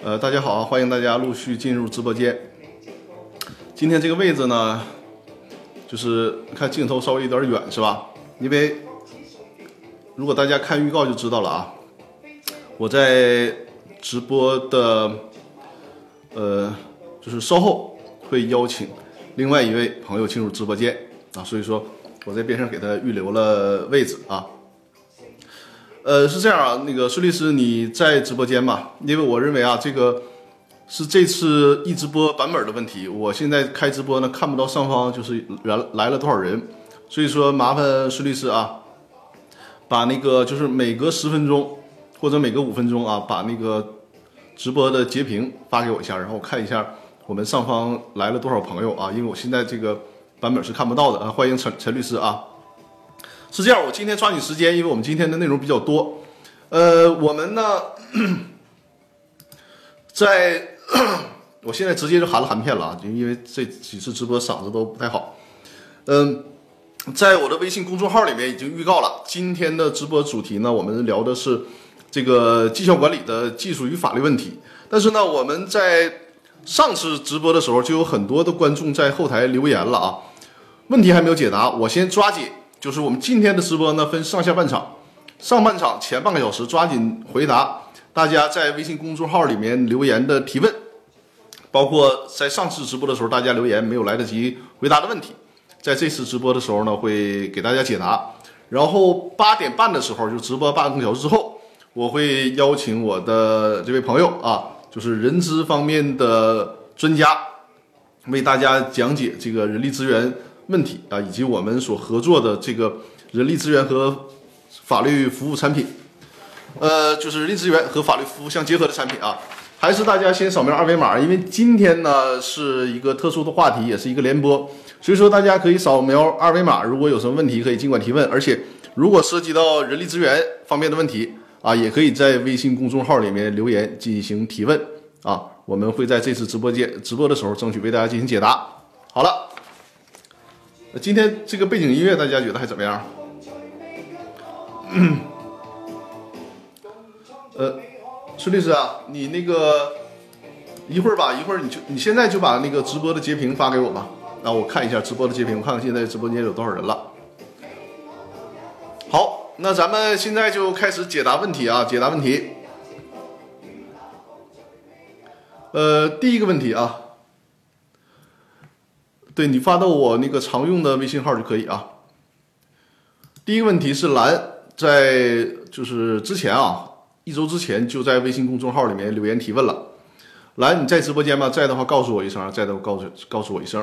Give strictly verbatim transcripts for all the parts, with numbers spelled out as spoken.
呃，大家好，欢迎大家陆续进入直播间。今天这个位置呢，就是看镜头稍微有点远，是吧？因为如果大家看预告就知道了啊，我在直播的，呃，就是稍后会邀请另外一位朋友进入直播间啊，所以说我在边上给他预留了位置啊。呃，是这样啊，那个孙律师你在直播间嘛？因为我认为啊，这个是这次一直播版本的问题。我现在开直播呢，看不到上方就是来来了多少人，所以说麻烦孙律师啊，把那个就是每隔十分钟或者每隔五分钟啊，把那个直播的截屏发给我一下，然后我看一下我们上方来了多少朋友啊，因为我现在这个版本是看不到的啊。欢迎陈陈律师啊。是这样，我今天抓紧时间，因为我们今天的内容比较多。呃，我们呢，在我现在直接就含了含片了啊，因为这几次直播嗓子都不太好。嗯、呃，在我的微信公众号里面已经预告了，今天的直播主题呢，我们聊的是这个绩效管理的技术与法律问题。但是呢，我们在上次直播的时候就有很多的观众在后台留言了啊，问题还没有解答，我先抓紧。就是我们今天的直播呢，分上下半场，上半场前半个小时抓紧回答大家在微信公众号里面留言的提问，包括在上次直播的时候大家留言没有来得及回答的问题，在这次直播的时候呢，会给大家解答。然后八点半的时候，就直播半个小时之后，我会邀请我的这位朋友啊，就是人资方面的专家，为大家讲解这个人力资源问题啊，以及我们所合作的这个人力资源和法律服务产品，呃，就是人力资源和法律服务相结合的产品啊。还是大家先扫描二维码，因为今天呢是一个特殊的话题，也是一个联播，所以说大家可以扫描二维码，如果有什么问题可以尽管提问，而且如果涉及到人力资源方面的问题啊，也可以在微信公众号里面留言进行提问啊，我们会在这次直播间直播的时候争取为大家进行解答。好了。今天这个背景音乐大家觉得还怎么样？嗯、呃，孙律师啊，你那个一会儿吧，一会儿你就你现在就把那个直播的截屏发给我吧，啊，我看一下直播的截屏，我看看现在直播间有多少人了。好，那咱们现在就开始解答问题啊，解答问题。呃，第一个问题啊。对，你发到我那个常用的微信号就可以啊。第一个问题是蓝在就是之前啊，一周之前就在微信公众号里面留言提问了。蓝，你在直播间吗？在的话告诉我一声，在的话告诉告诉我一声。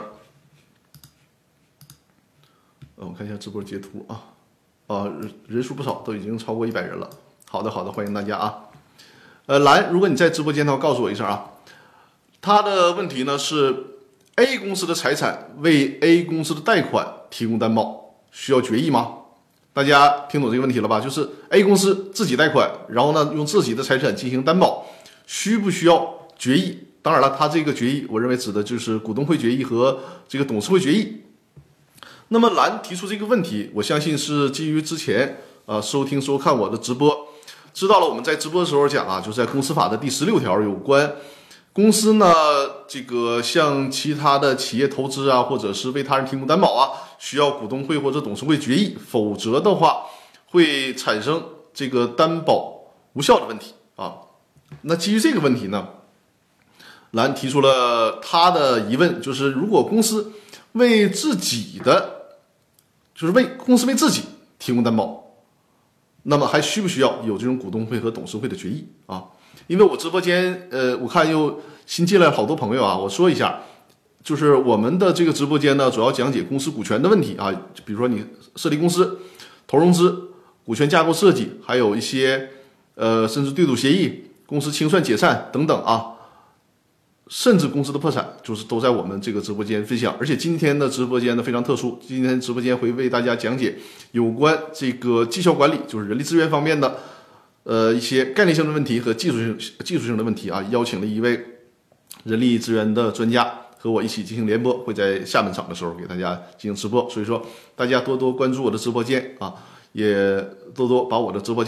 呃，我看一下直播截图啊，啊人人数不少，都已经超过一百人了。好的好的，欢迎大家啊。呃，蓝，如果你在直播间的话，告诉我一声啊。他的问题呢是。A 公司的财产为 A 公司的贷款提供担保，需要决议吗？大家听懂这个问题了吧？就是 A 公司自己贷款，然后呢用自己的财产进行担保，需不需要决议？当然了，他这个决议，我认为指的就是股东会决议和这个董事会决议。那么蓝提出这个问题，我相信是基于之前呃收听收看我的直播，知道了我们在直播的时候讲啊，就是在公司法的第十六条有关。公司呢，这个向其他的企业投资啊，或者是为他人提供担保啊，需要股东会或者董事会决议，否则的话会产生这个担保无效的问题啊。那基于这个问题呢，蓝提出了他的疑问，就是如果公司为自己的，就是为公司为自己提供担保，那么还需不需要有这种股东会和董事会的决议啊？因为我直播间，呃，我看又新进来好多朋友啊，我说一下，就是我们的这个直播间呢，主要讲解公司股权的问题啊，比如说你设立公司、投融资、股权架构设计，还有一些呃，甚至对赌协议、公司清算解散等等啊，甚至公司的破产，就是都在我们这个直播间分享。而且今天的直播间呢非常特殊，今天直播间会为大家讲解有关这个绩效管理，就是人力资源方面的。呃，一些概念性的问题和技术性技术性的问题啊，邀请了一位人力资源的专家和我一起进行联播，会在下半场的时候给大家进行直播。所以说，大家多多关注我的直播间啊，也多多把我的直播间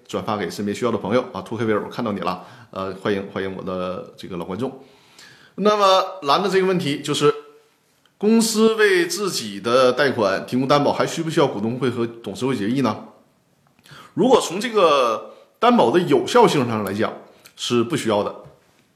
转发给身边需要的朋友啊。托克维尔，我看到你了，呃，欢迎欢迎我的这个老观众。那么蓝的这个问题就是，公司为自己的贷款提供担保，还需不需要股东会和董事会决议呢？如果从这个担保的有效性上来讲，是不需要的，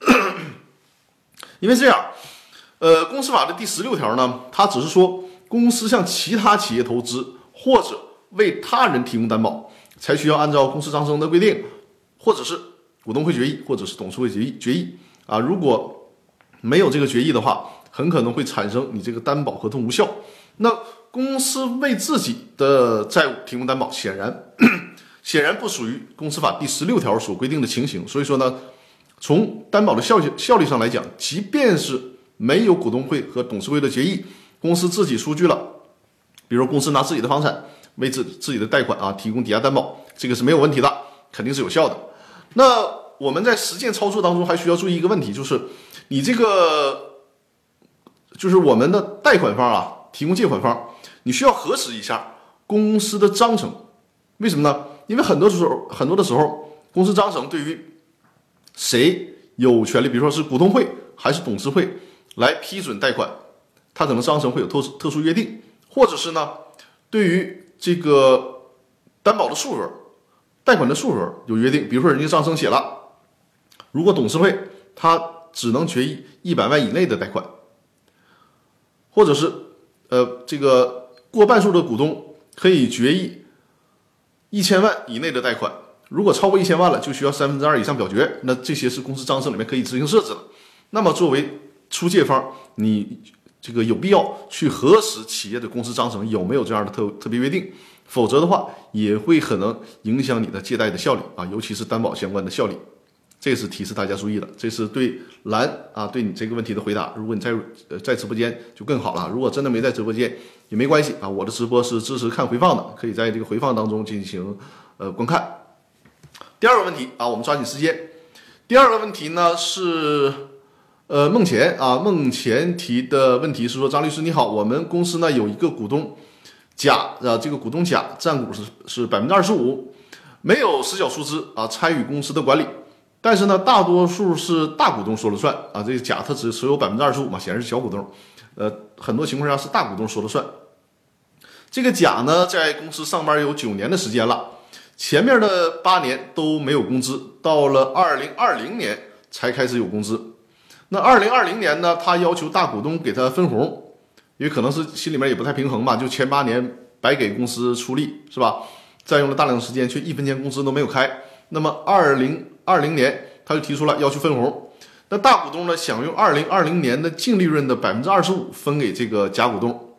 因为这样，呃，公司法的第十六条呢，它只是说公司向其他企业投资或者为他人提供担保，才需要按照公司章程的规定，或者是股东会决议，或者是董事会决议决议啊。如果没有这个决议的话，很可能会产生你这个担保合同无效。那公司为自己的债务提供担保，显然显然不属于公司法第十六条所规定的情形。所以说呢，从担保的效效率上来讲，即便是没有股东会和董事会的决议，公司自己出具了，比如公司拿自己的房产为自自己的贷款啊提供抵押担保，这个是没有问题的，肯定是有效的。那我们在实践操作当中还需要注意一个问题，就是你这个就是我们的贷款方啊，提供借款方，你需要核实一下公司的章程。为什么呢？因为很多时候很多的时候，公司章程对于谁有权利，比如说是股东会还是董事会来批准贷款，它可能章程会有特殊特殊约定，或者是呢，对于这个担保的数额、贷款的数额有约定。比如说人家章程写了，如果董事会它只能决议一百万以内的贷款，或者是呃这个过半数的股东可以决议一千万以内的贷款，如果超过一千万了，就需要三分之二以上表决。那这些是公司章程里面可以自行设置的。那么作为出借方，你这个有必要去核实企业的公司章程有没有这样的特特别约定，否则的话也会可能影响你的借贷的效率啊，尤其是担保相关的效率。这是提示大家注意的，这是对蓝啊对你这个问题的回答。如果你在呃在直播间就更好了，如果真的没在直播间也没关系啊，我的直播是支持看回放的，可以在这个回放当中进行呃观看。第二个问题啊，我们抓紧时间。第二个问题呢是呃孟前啊孟前提的问题是说，张律师你好，我们公司呢有一个股东甲啊，这个股东甲占股是是百分之二十五，没有实缴出资啊，参与公司的管理。但是呢，大多数是大股东说了算啊。这个甲他只持有百分之二十五嘛，显然是小股东。呃，很多情况下是大股东说了算。这个甲呢，在公司上班有九年的时间了，前面的八年都没有工资，到了二零二零年才开始有工资。那二零二零年呢，他要求大股东给他分红，因为可能是心里面也不太平衡嘛，就前八年白给公司出力是吧？占用了大量的时间，却一分钱工资都没有开。那么二零二零年他就提出了要求分红，那大股东呢想用二零二零年的净利润的百分之二十五分给这个甲股东。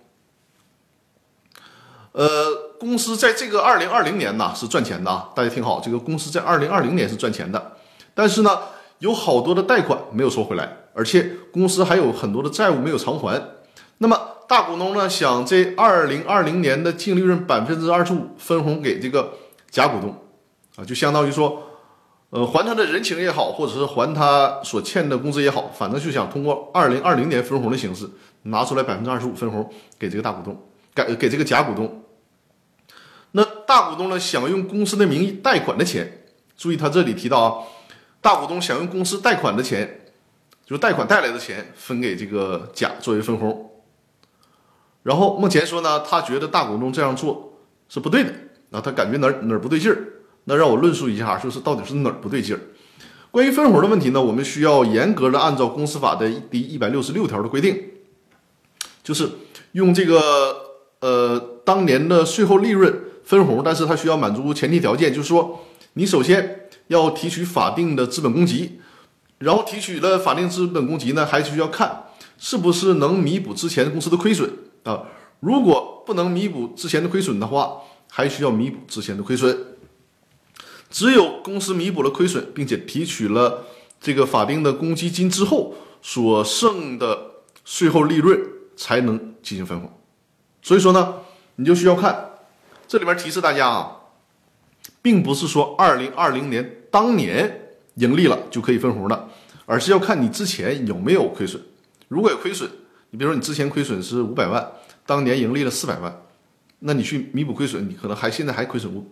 呃，公司在这个二零二零年呢是赚钱的啊，大家听好，这个公司在二零二零年是赚钱的，但是呢有好多的贷款没有收回来，而且公司还有很多的债务没有偿还。那么大股东呢想这二零二零年的净利润百分之二十五分红给这个甲股东啊，就相当于说。呃，还他的人情也好，或者是还他所欠的工资也好，反正就想通过二零二零年分红的形式拿出来百分之二十五分红给这个大股东，给给这个甲股东。那大股东呢，想用公司的名义贷款的钱，注意他这里提到啊，大股东想用公司贷款的钱，就是贷款带来的钱分给这个甲作为分红。然后孟前说呢，他觉得大股东这样做是不对的，啊，他感觉哪儿哪儿不对劲儿。那让我论述一下，就是到底是哪儿不对劲儿。关于分红的问题呢，我们需要严格的按照公司法的第一百六十六条的规定，就是用这个呃当年的税后利润分红，但是它需要满足前提条件，就是说你首先要提取法定的资本公积，然后提取了法定资本公积呢，还需要看是不是能弥补之前公司的亏损啊。如果不能弥补之前的亏损的话，还需要弥补之前的亏损。只有公司弥补了亏损，并且提取了这个法定的公积金之后，所剩的税后利润才能进行分红。所以说呢，你就需要看这里面提示大家啊，并不是说二零二零年当年盈利了就可以分红的，而是要看你之前有没有亏损。如果有亏损，你比如说你之前亏损是五百万，当年盈利了四百万，那你去弥补亏损，你可能还现在还亏损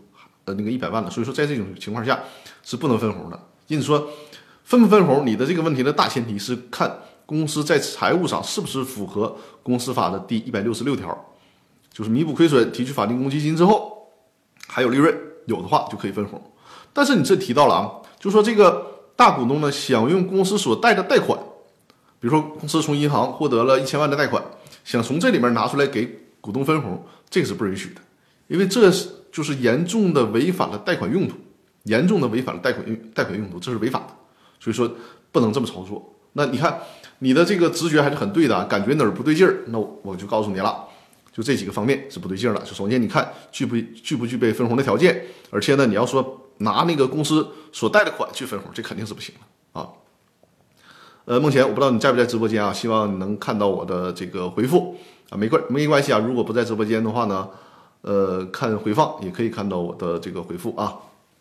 呃那个一百万的，所以说在这种情况下是不能分红的。因此说分不分红，你的这个问题的大前提是看公司在财务上是不是符合公司法的第一百六十六条，就是弥补亏损、提取法定公积金之后还有利润，有的话就可以分红。但是你这提到了啊，就说这个大股东呢想用公司所贷的贷款，比如说公司从银行获得了一千万的贷款，想从这里面拿出来给股东分红，这个是不允许的，因为这是就是严重的违反了贷款用途，严重的违反了贷款贷款用途，这是违法的，所以说不能这么操作。那你看你的这个直觉还是很对的，感觉哪儿不对劲儿，那我就告诉你了，就这几个方面是不对劲了。就首先你看具不具不具备分红的条件，而且呢你要说拿那个公司所贷的款去分红，这肯定是不行的啊。呃，梦贤，我不知道你在不在直播间啊，希望你能看到我的这个回复啊，没关没关系啊，如果不在直播间的话呢，呃，看回放也可以看到我的这个回复啊。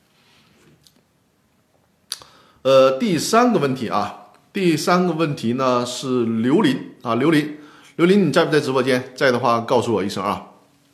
呃，第三个问题啊，第三个问题呢是刘林啊，刘林，刘林，你在不在直播间？在的话告诉我一声啊。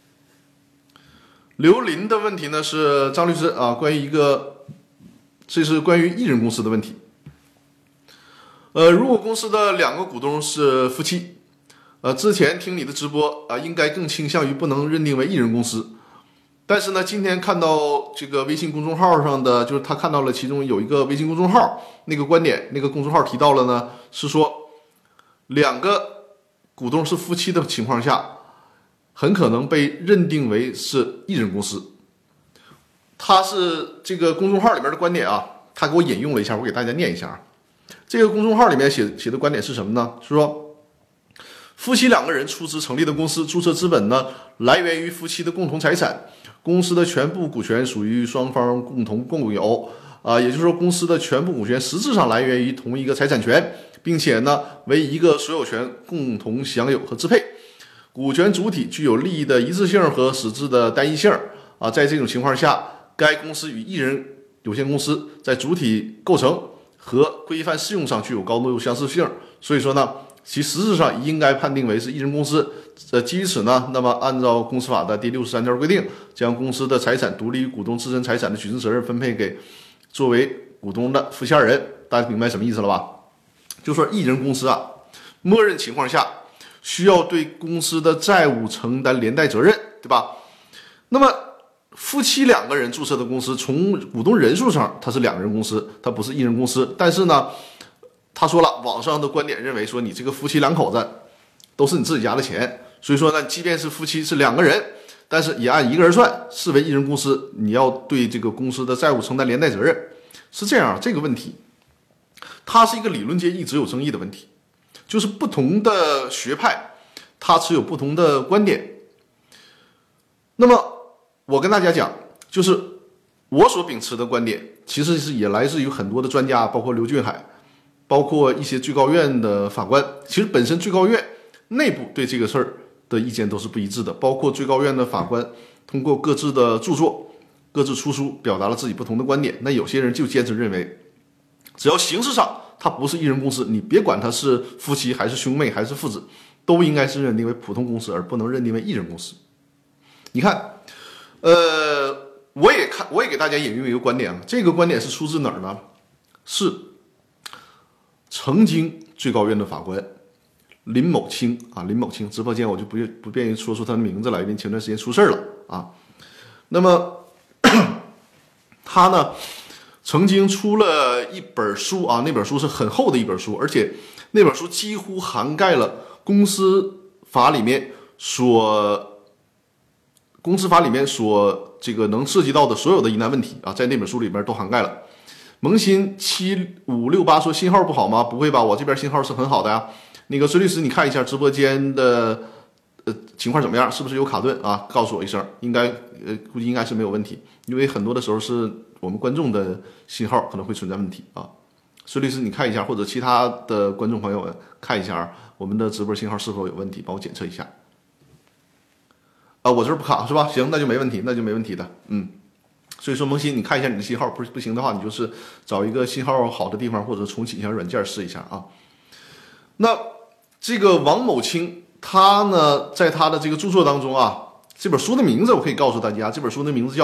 刘林的问题呢是张律师啊，关于一个，这是关于艺人公司的问题。呃，如果公司的两个股东是夫妻，呃，之前听你的直播啊、呃，应该更倾向于不能认定为艺人公司。但是呢，今天看到这个微信公众号上的，就是他看到了其中有一个微信公众号那个观点，那个公众号提到了呢，是说两个股东是夫妻的情况下，很可能被认定为是艺人公司。他是这个公众号里面的观点啊，他给我引用了一下，我给大家念一下。这个公众号里面写写的观点是什么呢？是说夫妻两个人出资成立的公司，注册资本呢来源于夫妻的共同财产，公司的全部股权属于双方共同共有啊，也就是说公司的全部股权实质上来源于同一个财产权，并且呢为一个所有权共同享有和支配，股权主体具有利益的一致性和实质的单一性啊，在这种情况下，该公司与艺人有限公司在主体构成和规范适用上具有高度相似性，所以说呢，其实质上应该判定为是艺人公司。呃，基于此呢，那么按照公司法的第六十三条规定，将公司的财产独立于股东自身财产的举证责任分配给作为股东的夫妻二人。大家明白什么意思了吧？就说艺人公司啊，默认情况下需要对公司的债务承担连带责任，对吧？那么夫妻两个人注册的公司，从股东人数上它是两个人公司，它不是一人公司。但是呢，他说了，网上的观点认为说，你这个夫妻两口子都是你自己家的钱，所以说呢，即便是夫妻是两个人，但是也按一个人算，视为一人公司，你要对这个公司的债务承担连带责任。是这样，这个问题它是一个理论界一直有争议的问题，就是不同的学派它持有不同的观点。那么我跟大家讲，就是我所秉持的观点，其实是也来自于很多的专家，包括刘俊海，包括一些最高院的法官。其实本身最高院内部对这个事儿的意见都是不一致的，包括最高院的法官通过各自的著作、各自出书，表达了自己不同的观点。那有些人就坚持认为，只要形式上它不是一人公司，你别管它是夫妻还是兄妹还是父子，都应该是认定为普通公司，而不能认定为一人公司。你看，呃，我也看，我也给大家引用一个观点啊，这个观点是出自哪儿呢？是曾经最高院的法官林某清啊，林某清，直播间我就不不便于说出他的名字了，因为前段时间出事了啊。那么他呢，曾经出了一本书啊，那本书是很厚的一本书，而且那本书几乎涵盖了公司法里面所。公司法里面所这个能涉及到的所有的疑难问题啊，在那本书里边都涵盖了。萌新七五六八说信号不好吗？不会吧，我这边信号是很好的呀。那个孙律师，你看一下直播间的呃情况怎么样？是不是有卡顿啊？告诉我一声，应该呃估计应该是没有问题，因为很多的时候是我们观众的信号可能会存在问题啊。孙律师，你看一下，或者其他的观众朋友们看一下我们的直播信号是否有问题，帮我检测一下。啊，我这儿不卡是吧？行，那就没问题，那就没问题的。嗯，所以说萌新，你看一下你的信号，不不行的话，你就是找一个信号好的地方，或者重启一下软件试一下啊。那这个王某清，他呢，在他的这个著作当中啊，这本书的名字我可以告诉大家，这本书的名字叫《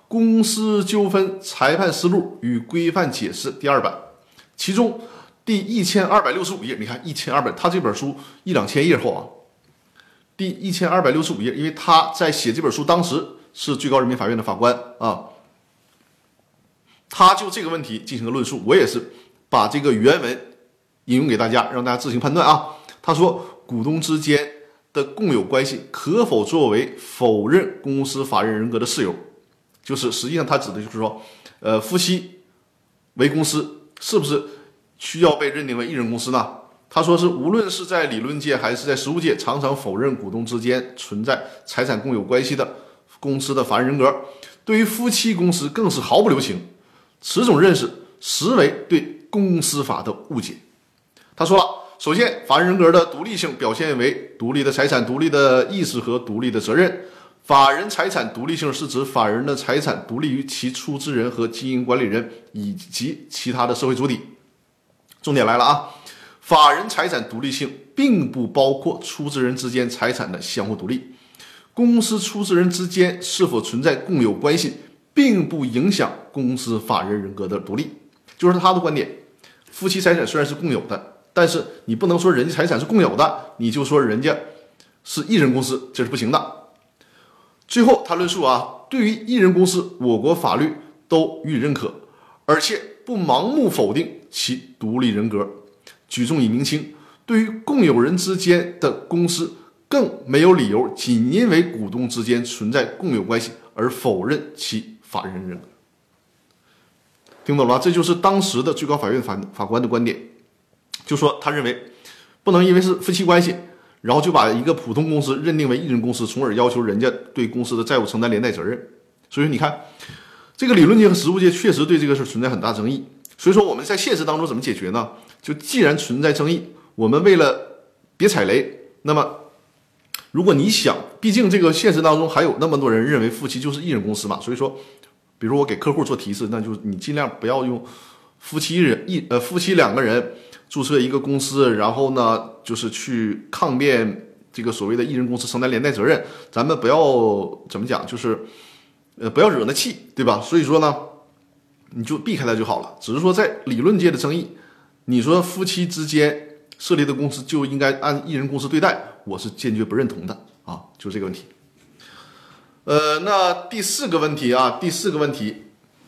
公司纠纷裁判思路与规范解释》第二版，其中第一千二百六十五页，你看一千二百，他这本书一两千页厚啊，第一千二百六十五页，因为他在写这本书当时是最高人民法院的法官啊，他就这个问题进行了论述，我也是把这个原文引用给大家，让大家自行判断啊。他说，股东之间的共有关系可否作为否认公司法人人格的事由？就是实际上他指的就是说，呃，夫妻为公司是不是需要被认定为一人公司呢？他说是，无论是在理论界还是在实务界，常常否认股东之间存在财产共有关系的公司的法人人格，对于夫妻公司更是毫不留情。此种认识实为对公司法的误解。他说了，首先，法人人格的独立性表现为独立的财产、独立的意识和独立的责任。法人财产独立性是指法人的财产独立于其出资人和经营管理人以及其他的社会主体。重点来了啊！法人财产独立性并不包括出资人之间财产的相互独立。公司出资人之间是否存在共有关系，并不影响公司法人人格的独立。就是他的观点，夫妻财产虽然是共有的，但是你不能说人家财产是共有的，你就说人家是一人公司，这是不行的。最后他论述啊，对于一人公司，我国法律都予以认可，而且不盲目否定其独立人格，举重以明轻。对于共有人之间的公司，更没有理由仅因为股东之间存在共有关系而否认其法人人格。听懂了吗？这就是当时的最高法院法法官的观点，就说他认为不能因为是夫妻关系，然后就把一个普通公司认定为一人公司，从而要求人家对公司的债务承担连带责任。所以你看，这个理论界和实务界确实对这个事存在很大争议。所以说我们在现实当中怎么解决呢？就既然存在争议，我们为了别踩雷，那么如果你想，毕竟这个现实当中还有那么多人认为夫妻就是一人公司嘛，所以说比如我给客户做提示，那就是你尽量不要用夫妻人一呃夫妻两个人注册一个公司，然后呢就是去抗辩这个所谓的一人公司承担连带责任，咱们不要怎么讲，就是呃不要惹那气，对吧？所以说呢，你就避开它就好了。只是说在理论界的争议，你说夫妻之间设立的公司就应该按一人公司对待，我是坚决不认同的啊，就这个问题。呃，那第四个问题啊，第四个问题，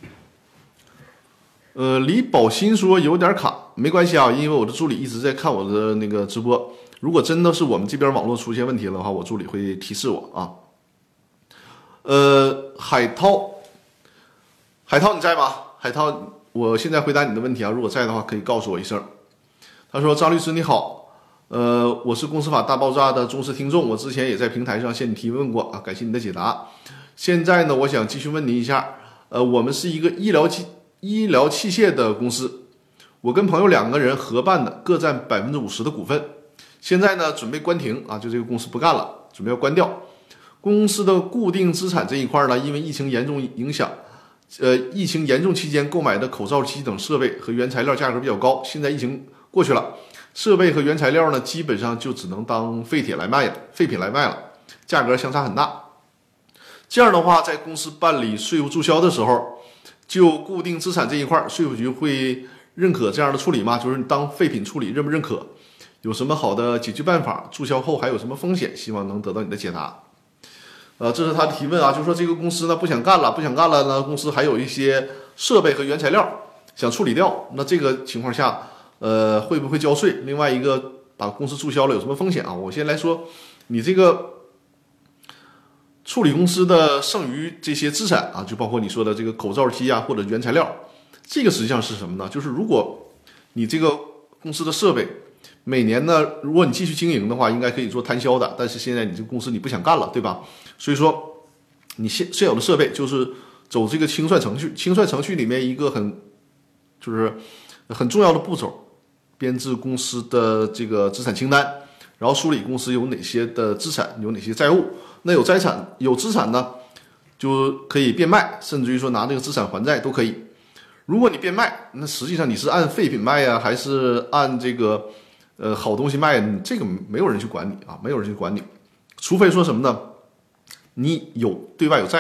呃，李宝新说有点卡，没关系啊，因为我的助理一直在看我的那个直播，如果真的是我们这边网络出现问题了的话，我助理会提示我啊。呃，海涛，海涛你在吗？海涛，我现在回答你的问题啊，如果在的话可以告诉我一声。他说：“张律师你好，呃，我是公司法大爆炸的忠实听众，我之前也在平台上向你提问过啊，感谢你的解答。现在呢，我想继续问您一下，呃，我们是一个医疗器医疗器械的公司，我跟朋友两个人合办的，各占百分之五十的股份。现在呢，准备关停啊，就这个公司不干了，准备要关掉。公司的固定资产这一块呢，因为疫情严重影响。”呃，疫情严重期间购买的口罩机等设备和原材料价格比较高，现在疫情过去了，设备和原材料呢，基本上就只能当废铁来卖了，废品来卖了，价格相差很大。这样的话，在公司办理税务注销的时候，就固定资产这一块，税务局会认可这样的处理吗？就是你当废品处理，认不认可？有什么好的解决办法？注销后还有什么风险？希望能得到你的解答。呃，这是他的提问啊，就说这个公司呢不想干了，不想干了呢，公司还有一些设备和原材料想处理掉，那这个情况下，呃，会不会交税？另外一个，把公司注销了有什么风险啊？我先来说，你这个处理公司的剩余这些资产啊，就包括你说的这个口罩机啊或者原材料，这个实际上是什么呢？就是如果你这个公司的设备每年呢，如果你继续经营的话，应该可以做摊销的。但是现在你这个公司你不想干了，对吧？所以说，你现现有的设备就是走这个清算程序。清算程序里面一个很就是很重要的步骤，编制公司的这个资产清单，然后梳理公司有哪些的资产，有哪些债务。那有财产有资产呢，就可以变卖，甚至于说拿这个资产还债都可以。如果你变卖，那实际上你是按废品卖呀，还是按这个？呃，好东西卖，这个没有人去管你啊，没有人去管你，除非说什么呢？你有对外有债务，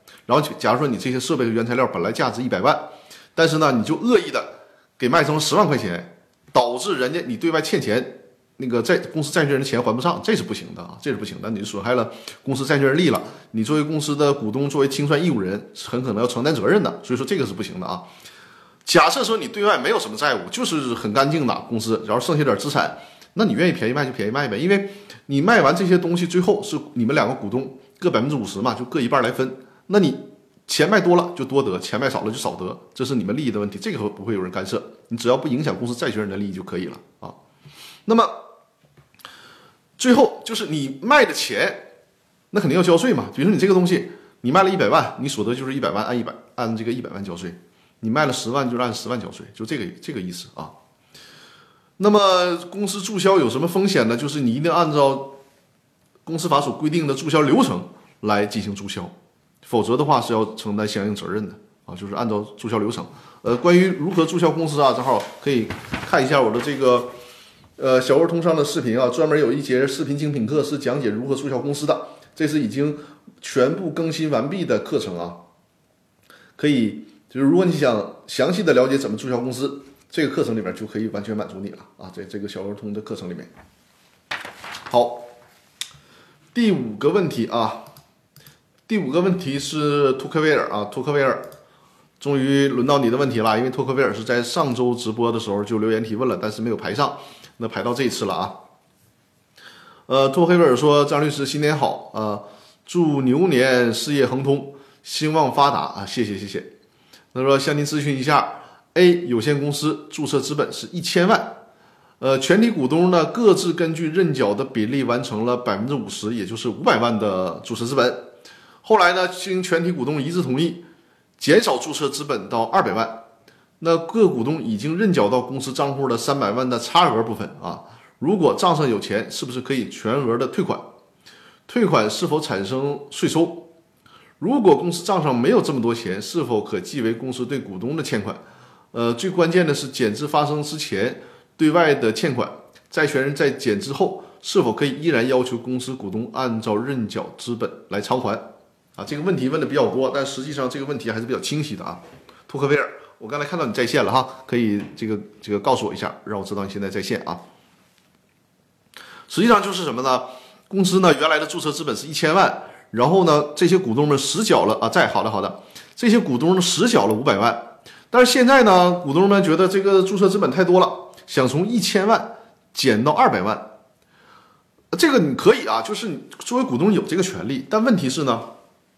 然后假如说你这些设备和原材料本来价值一百万，但是呢你就恶意的给卖成十万块钱，导致人家你对外欠钱，那个在公司债权人的钱还不上，这是不行的啊，这是不行的，你损害了公司债权人利了，你作为公司的股东，作为清算义务人，是很可能要承担责任的，所以说这个是不行的啊。假设说你对外没有什么债务，就是很干净的公司，然后剩下点资产，那你愿意便宜卖就便宜卖呗，因为你卖完这些东西，最后是你们两个股东各百分之五十嘛，就各一半来分。那你钱卖多了就多得，钱卖少了就少得，这是你们利益的问题，这个不会有人干涉，你只要不影响公司债权人的利益就可以了啊。那么最后就是你卖的钱，那肯定要交税嘛。比如说你这个东西你卖了一百万，你所得就是一百万，按一百按这个一百万交税；你卖了十万就按十万交税，就这个这个意思啊。那么公司注销有什么风险呢？就是你一定按照公司法所规定的注销流程来进行注销。否则的话是要承担相应责任的啊，就是按照注销流程。呃，关于如何注销公司啊，正好可以看一下我的这个呃小儿通上的视频啊，专门有一节视频精品课是讲解如何注销公司的，这是已经全部更新完毕的课程啊。可以，就是如果你想详细的了解怎么注销公司，这个课程里面就可以完全满足你了啊，在这个小儿通的课程里面。好，第五个问题啊。第五个问题是托克维尔啊，托克维尔，终于轮到你的问题了，因为托克维尔是在上周直播的时候就留言提问了，但是没有排上，那排到这一次了啊。呃，托克维尔说：“张律师新年好啊、呃，祝牛年事业亨通，兴旺发达啊，谢谢谢谢。”他说向您咨询一下 ，A 有限公司注册资本是一千万，呃，全体股东呢各自根据认缴的比例完成了百分之五十，也就是五百万的注册资本。后来呢，经全体股东一致同意，减少注册资本到二百万。那各股东已经认缴到公司账户的三百万的差额部分啊，如果账上有钱，是不是可以全额的退款？退款是否产生税收？如果公司账上没有这么多钱，是否可记为公司对股东的欠款？呃，最关键的是减资发生之前对外的欠款，债权人在减资后是否可以依然要求公司股东按照认缴资本来偿还？啊，这个问题问的比较多，但实际上这个问题还是比较清晰的啊。托克维尔，我刚才看到你在线了哈，可以这个这个告诉我一下，让我知道你现在在线啊。实际上就是什么呢？公司呢原来的注册资本是一千万，然后呢这些股东们实缴了啊，在好的好的，这些股东呢实缴了五百万，但是现在呢股东们觉得这个注册资本太多了，想从一千万减到二百万，这个你可以啊，就是你作为股东有这个权利，但问题是呢。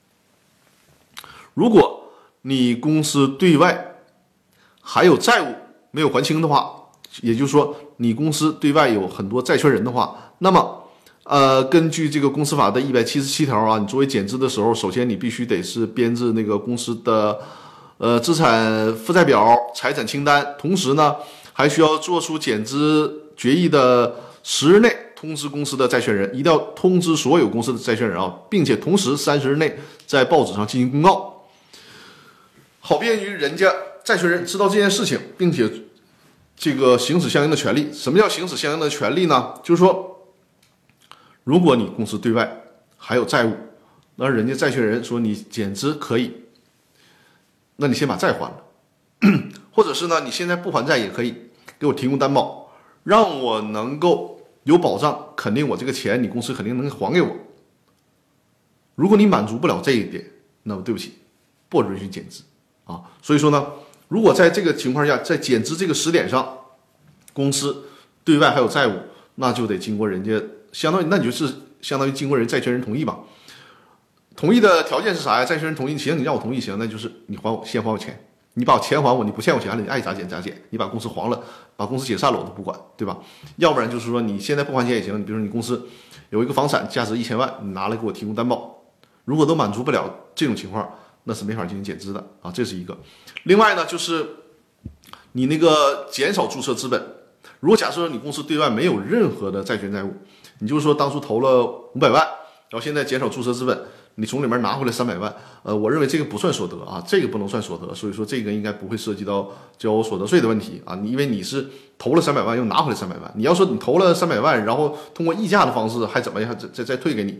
如果你公司对外还有债务没有还清的话，也就是说你公司对外有很多债权人的话，那么呃，根据这个公司法的一百七十七条啊，你作为减资的时候，首先你必须得是编制那个公司的呃资产负债表、财产清单，同时呢还需要做出减资决议的十日内通知公司的债权人，一定要通知所有公司的债权人啊，并且同时三十日内在报纸上进行公告。好便于人家债权人知道这件事情，并且这个行使相应的权利。什么叫行使相应的权利呢？就是说，如果你公司对外还有债务，那人家债权人说你减资可以，那你先把债还了，或者是呢，你现在不还债也可以，给我提供担保，让我能够有保障，肯定我这个钱你公司肯定能还给我。如果你满足不了这一点，那么对不起，不允许减资。啊，所以说呢，如果在这个情况下，在减资这个时点上，公司对外还有债务，那就得经过人家，相当于那你就是相当于经过人债权人同意吧。同意的条件是啥呀？债权人同意，行，你让我同意，行，那就是你还我，先还我钱，你把我钱还我，你不欠我钱了，你爱咋减咋减，你把公司黄了，把公司解散了我都不管，对吧？要不然就是说你现在不还钱也行，你比如说你公司有一个房产价值一千万，你拿来给我提供担保，如果都满足不了这种情况，那是没法进行减资的啊，这是一个。另外呢，就是你那个减少注册资本，如果假设你公司对外没有任何的债权债务，你就是说当初投了五百万，然后现在减少注册资本，你从里面拿回来三百万，呃，我认为这个不算所得啊，这个不能算所得，所以说这个应该不会涉及到交所得税的问题啊，你因为你是投了三百万又拿回来三百万，你要说你投了三百万，然后通过溢价的方式还怎么样再再再退给你，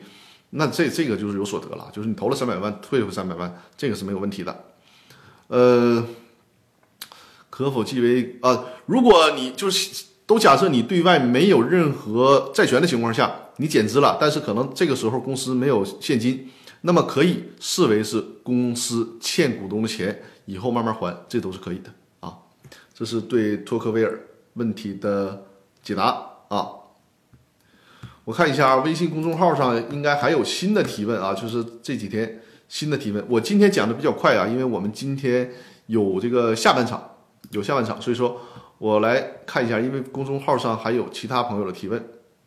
那这这个就是有所得了，就是你投了三百万，退回三百万，这个是没有问题的。呃，可否记为啊？如果你就是都假设你对外没有任何债权的情况下，你减资了，但是可能这个时候公司没有现金，那么可以视为是公司欠股东的钱，以后慢慢还，这都是可以的啊。这是对托克维尔问题的解答啊。我看一下微信公众号上应该还有新的提问啊，就是这几天新的提问。我今天讲的比较快啊，因为我们今天有这个下半场，有下半场，所以说我来看一下，因为公众号上还有其他朋友的提问。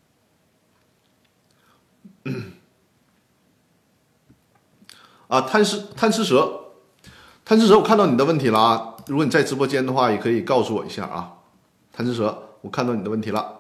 啊，贪吃贪吃蛇，贪吃蛇，我看到你的问题了啊！如果你在直播间的话，也可以告诉我一下啊。贪吃蛇，我看到你的问题了。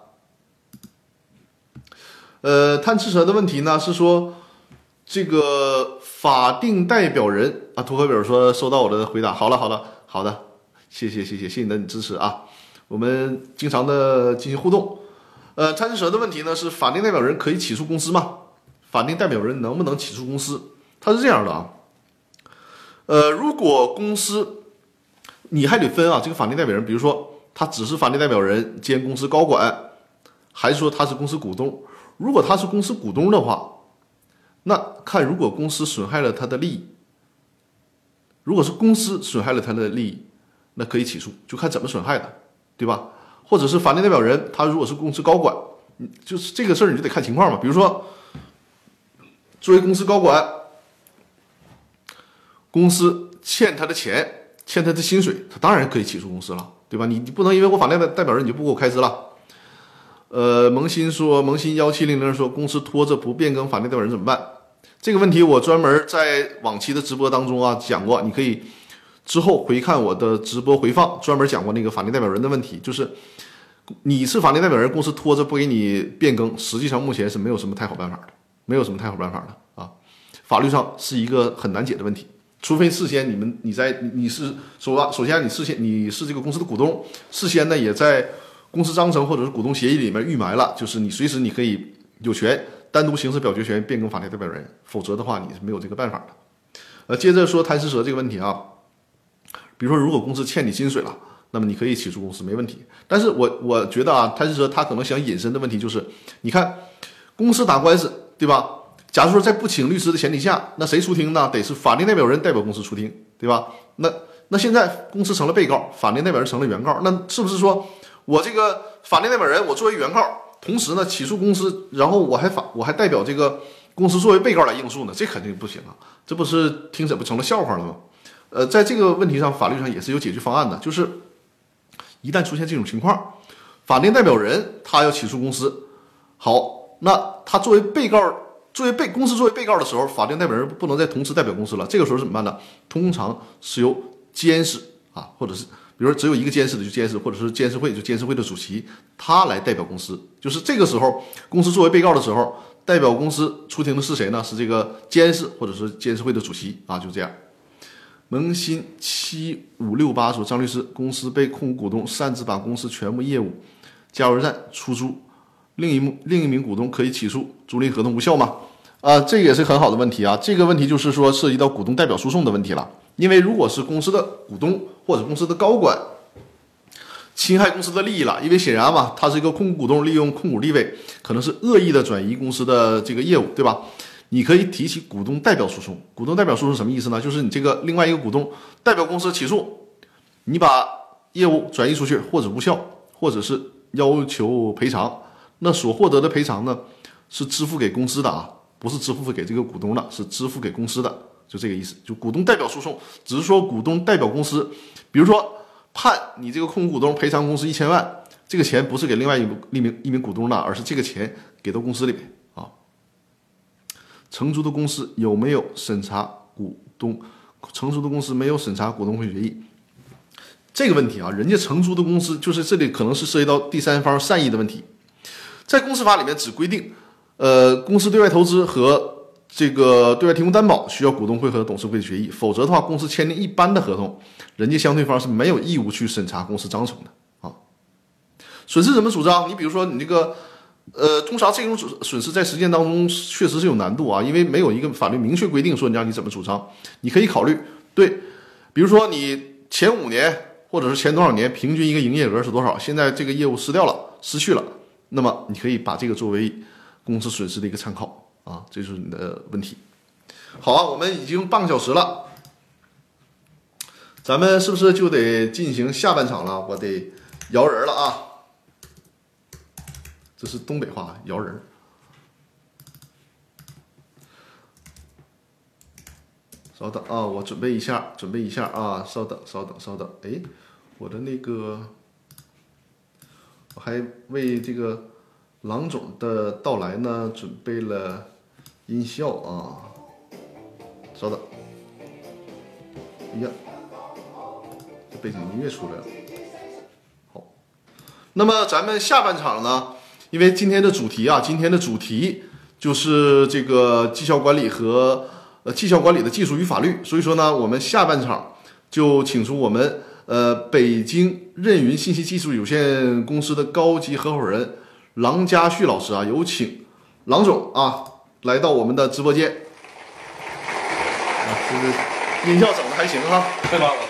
呃，贪吃蛇的问题呢是说，这个法定代表人啊，涂克比尔说收到我的回答，好了好了好的，谢谢谢谢谢谢你的支持啊，我们经常的进行互动。呃，贪吃蛇的问题呢是法定代表人可以起诉公司吗？法定代表人能不能起诉公司？它是这样的啊，呃，如果公司你还得分啊，这个法定代表人，比如说他只是法定代表人兼公司高管，还是说他是公司股东？如果他是公司股东的话，那看如果公司损害了他的利益，如果是公司损害了他的利益，那可以起诉，就看怎么损害的，对吧？或者是法定代表人，他如果是公司高管，就是这个事儿你就得看情况嘛。比如说，作为公司高管，公司欠他的钱，欠他的薪水，他当然可以起诉公司了，对吧？你你不能因为我法定代表人你就不给我开支了。呃，萌新说，萌新幺七零零说，公司拖着不变更法定代表人怎么办？这个问题我专门在往期的直播当中啊讲过，你可以之后回看我的直播回放，专门讲过那个法定代表人的问题，就是你是法定代表人，公司拖着不给你变更，实际上目前是没有什么太好办法的，没有什么太好办法的啊，法律上是一个很难解的问题。除非事先你们你在你是首首先你事先你是这个公司的股东，事先呢也在公司章程或者是股东协议里面预埋了，就是你随时你可以有权单独行使表决权变更法定代表人，否则的话你是没有这个办法的。呃，接着说贪吃蛇这个问题啊，比如说如果公司欠你薪水了，那么你可以起诉公司没问题。但是我我觉得啊，贪吃蛇他可能想引申的问题就是，你看公司打官司对吧？假如说在不请律师的前提下，那谁出庭呢？得是法定代表人代表公司出庭，对吧？那那现在公司成了被告，法定代表人成了原告，那是不是说我这个法定代表人我作为原告，同时呢起诉公司，然后我还法我还代表这个公司作为被告来应诉呢？这肯定不行啊！这不是庭审不成了笑话了吗？呃，在这个问题上，法律上也是有解决方案的，就是一旦出现这种情况，法定代表人他要起诉公司，好，那他作为被告。作为被公司作为被告的时候，法定代表人不能再同时代表公司了。这个时候怎么办呢？通常是由监事啊，或者是比如说只有一个监事的就监事，或者是监事会就监事会的主席，他来代表公司。就是这个时候，公司作为被告的时候，代表公司出庭的是谁呢？是这个监事或者是监事会的主席啊，就这样。萌新七五六八说，张律师，公司被控股股东擅自把公司全部业务加油站出租。另一另一名股东可以起诉租赁合同无效吗？啊，这个也是很好的问题啊。这个问题就是说涉及到股东代表诉讼的问题了。因为如果是公司的股东或者公司的高管侵害公司的利益了，因为显然嘛，他是一个控股股东，利用控股地位，可能是恶意的转移公司的这个业务，对吧？你可以提起股东代表诉讼。股东代表诉讼什么意思呢？就是你这个另外一个股东代表公司起诉，你把业务转移出去，或者无效，或者是要求赔偿。那所获得的赔偿呢，是支付给公司的啊，不是支付给这个股东的，是支付给公司的，就这个意思。就股东代表诉讼，只是说股东代表公司，比如说判你这个控股股东赔偿公司一千万，这个钱不是给另外一名一名股东的，而是这个钱给到公司里面啊。承租的公司有没有审查股东？承租的公司没有审查股东会决议。这个问题啊，人家承租的公司就是这里可能是涉及到第三方善意的问题。在公司法里面只规定，呃，公司对外投资和这个对外提供担保需要股东会和董事会的决议，否则的话，公司签订一般的合同，人家相对方是没有义务去审查公司章程的啊。损失怎么主张？你比如说你这个呃，通常这种损损失在实践当中确实是有难度啊，因为没有一个法律明确规定说你让你怎么主张。你可以考虑，对，比如说你前五年或者是前多少年平均一个营业额是多少，现在这个业务失掉了、失去了，那么你可以把这个作为公司损失的一个参考啊，这就是你的问题。好啊，我们已经半个小时了，咱们是不是就得进行下半场了？我得摇人了啊！这是东北话，摇人。稍等啊，我准备一下，准备一下啊，稍等，稍等，稍等。哎，我的那个，我还为这个郎总的到来呢准备了音效啊，稍等。哎呀，这背景音乐出来了。好，那么咱们下半场呢？因为今天的主题啊，今天的主题就是这个绩效管理和呃绩效管理的技术与法律，所以说呢，我们下半场就请出我们呃北京任云信息技术有限公司的高级合伙人郎家旭老师啊，有请郎总啊来到我们的直播间。啊，这个音效整的还行哈， 太棒了。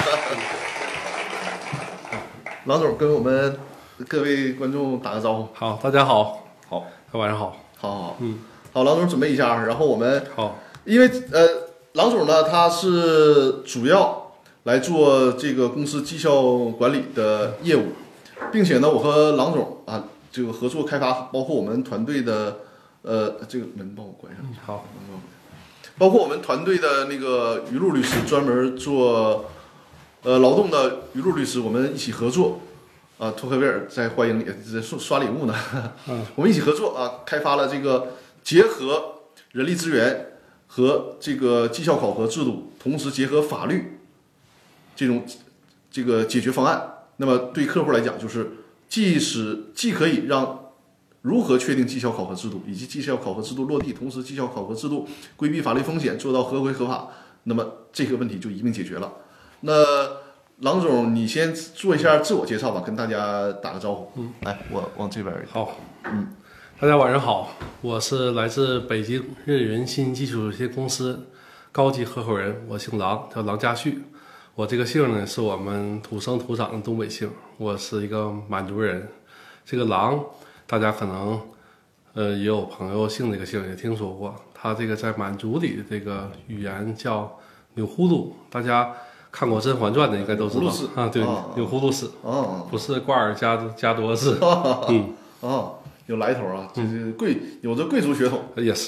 郎总跟我们各位观众打个招呼。 好，大家好， 好， 晚上好。 好好， 嗯， 好，郎总准备一下，然后我们好， 因为呃，郎总呢他是主要来做这个公司绩效管理的业务，并且呢，我和郎总啊这个合作开发，包括我们团队的呃这个门帮我关上， 嗯，好， 包括我们团队的那个于路律师，专门做呃劳动的于路律师，我们一起合作。啊，托克维尔在欢迎你，在刷刷礼物呢。 嗯， 我们一起合作啊，开发了这个结合人力资源和这个绩效考核制度，同时结合法律这种这个解决方案。那么对客户来讲，就是既使既可以让如何确定绩效考核制度，以及绩效考核制度落地，同时绩效考核制度规避法律风险，做到合规合法，那么这个问题就一并解决了。那郎总，你先做一下自我介绍吧，跟大家打个招呼。 嗯， 来，我往这边。 好， 嗯， 大家晚上好，我是来自北京任云信息技术有限公司高级合伙人，我姓郎，叫郎家旭。我这个姓呢，是我们土生土长的东北姓，我是一个满族人。这个郎，大家可能呃也有朋友姓这个姓，也听说过。他这个在满族里的这个语言叫钮祜禄，大家看过《甄嬛传》的应该都知道啊，对，钮祜禄氏，哦，不是瓜尔佳加多氏，嗯， 哦，有来头啊，就是贵，有着贵族血统 ，yes，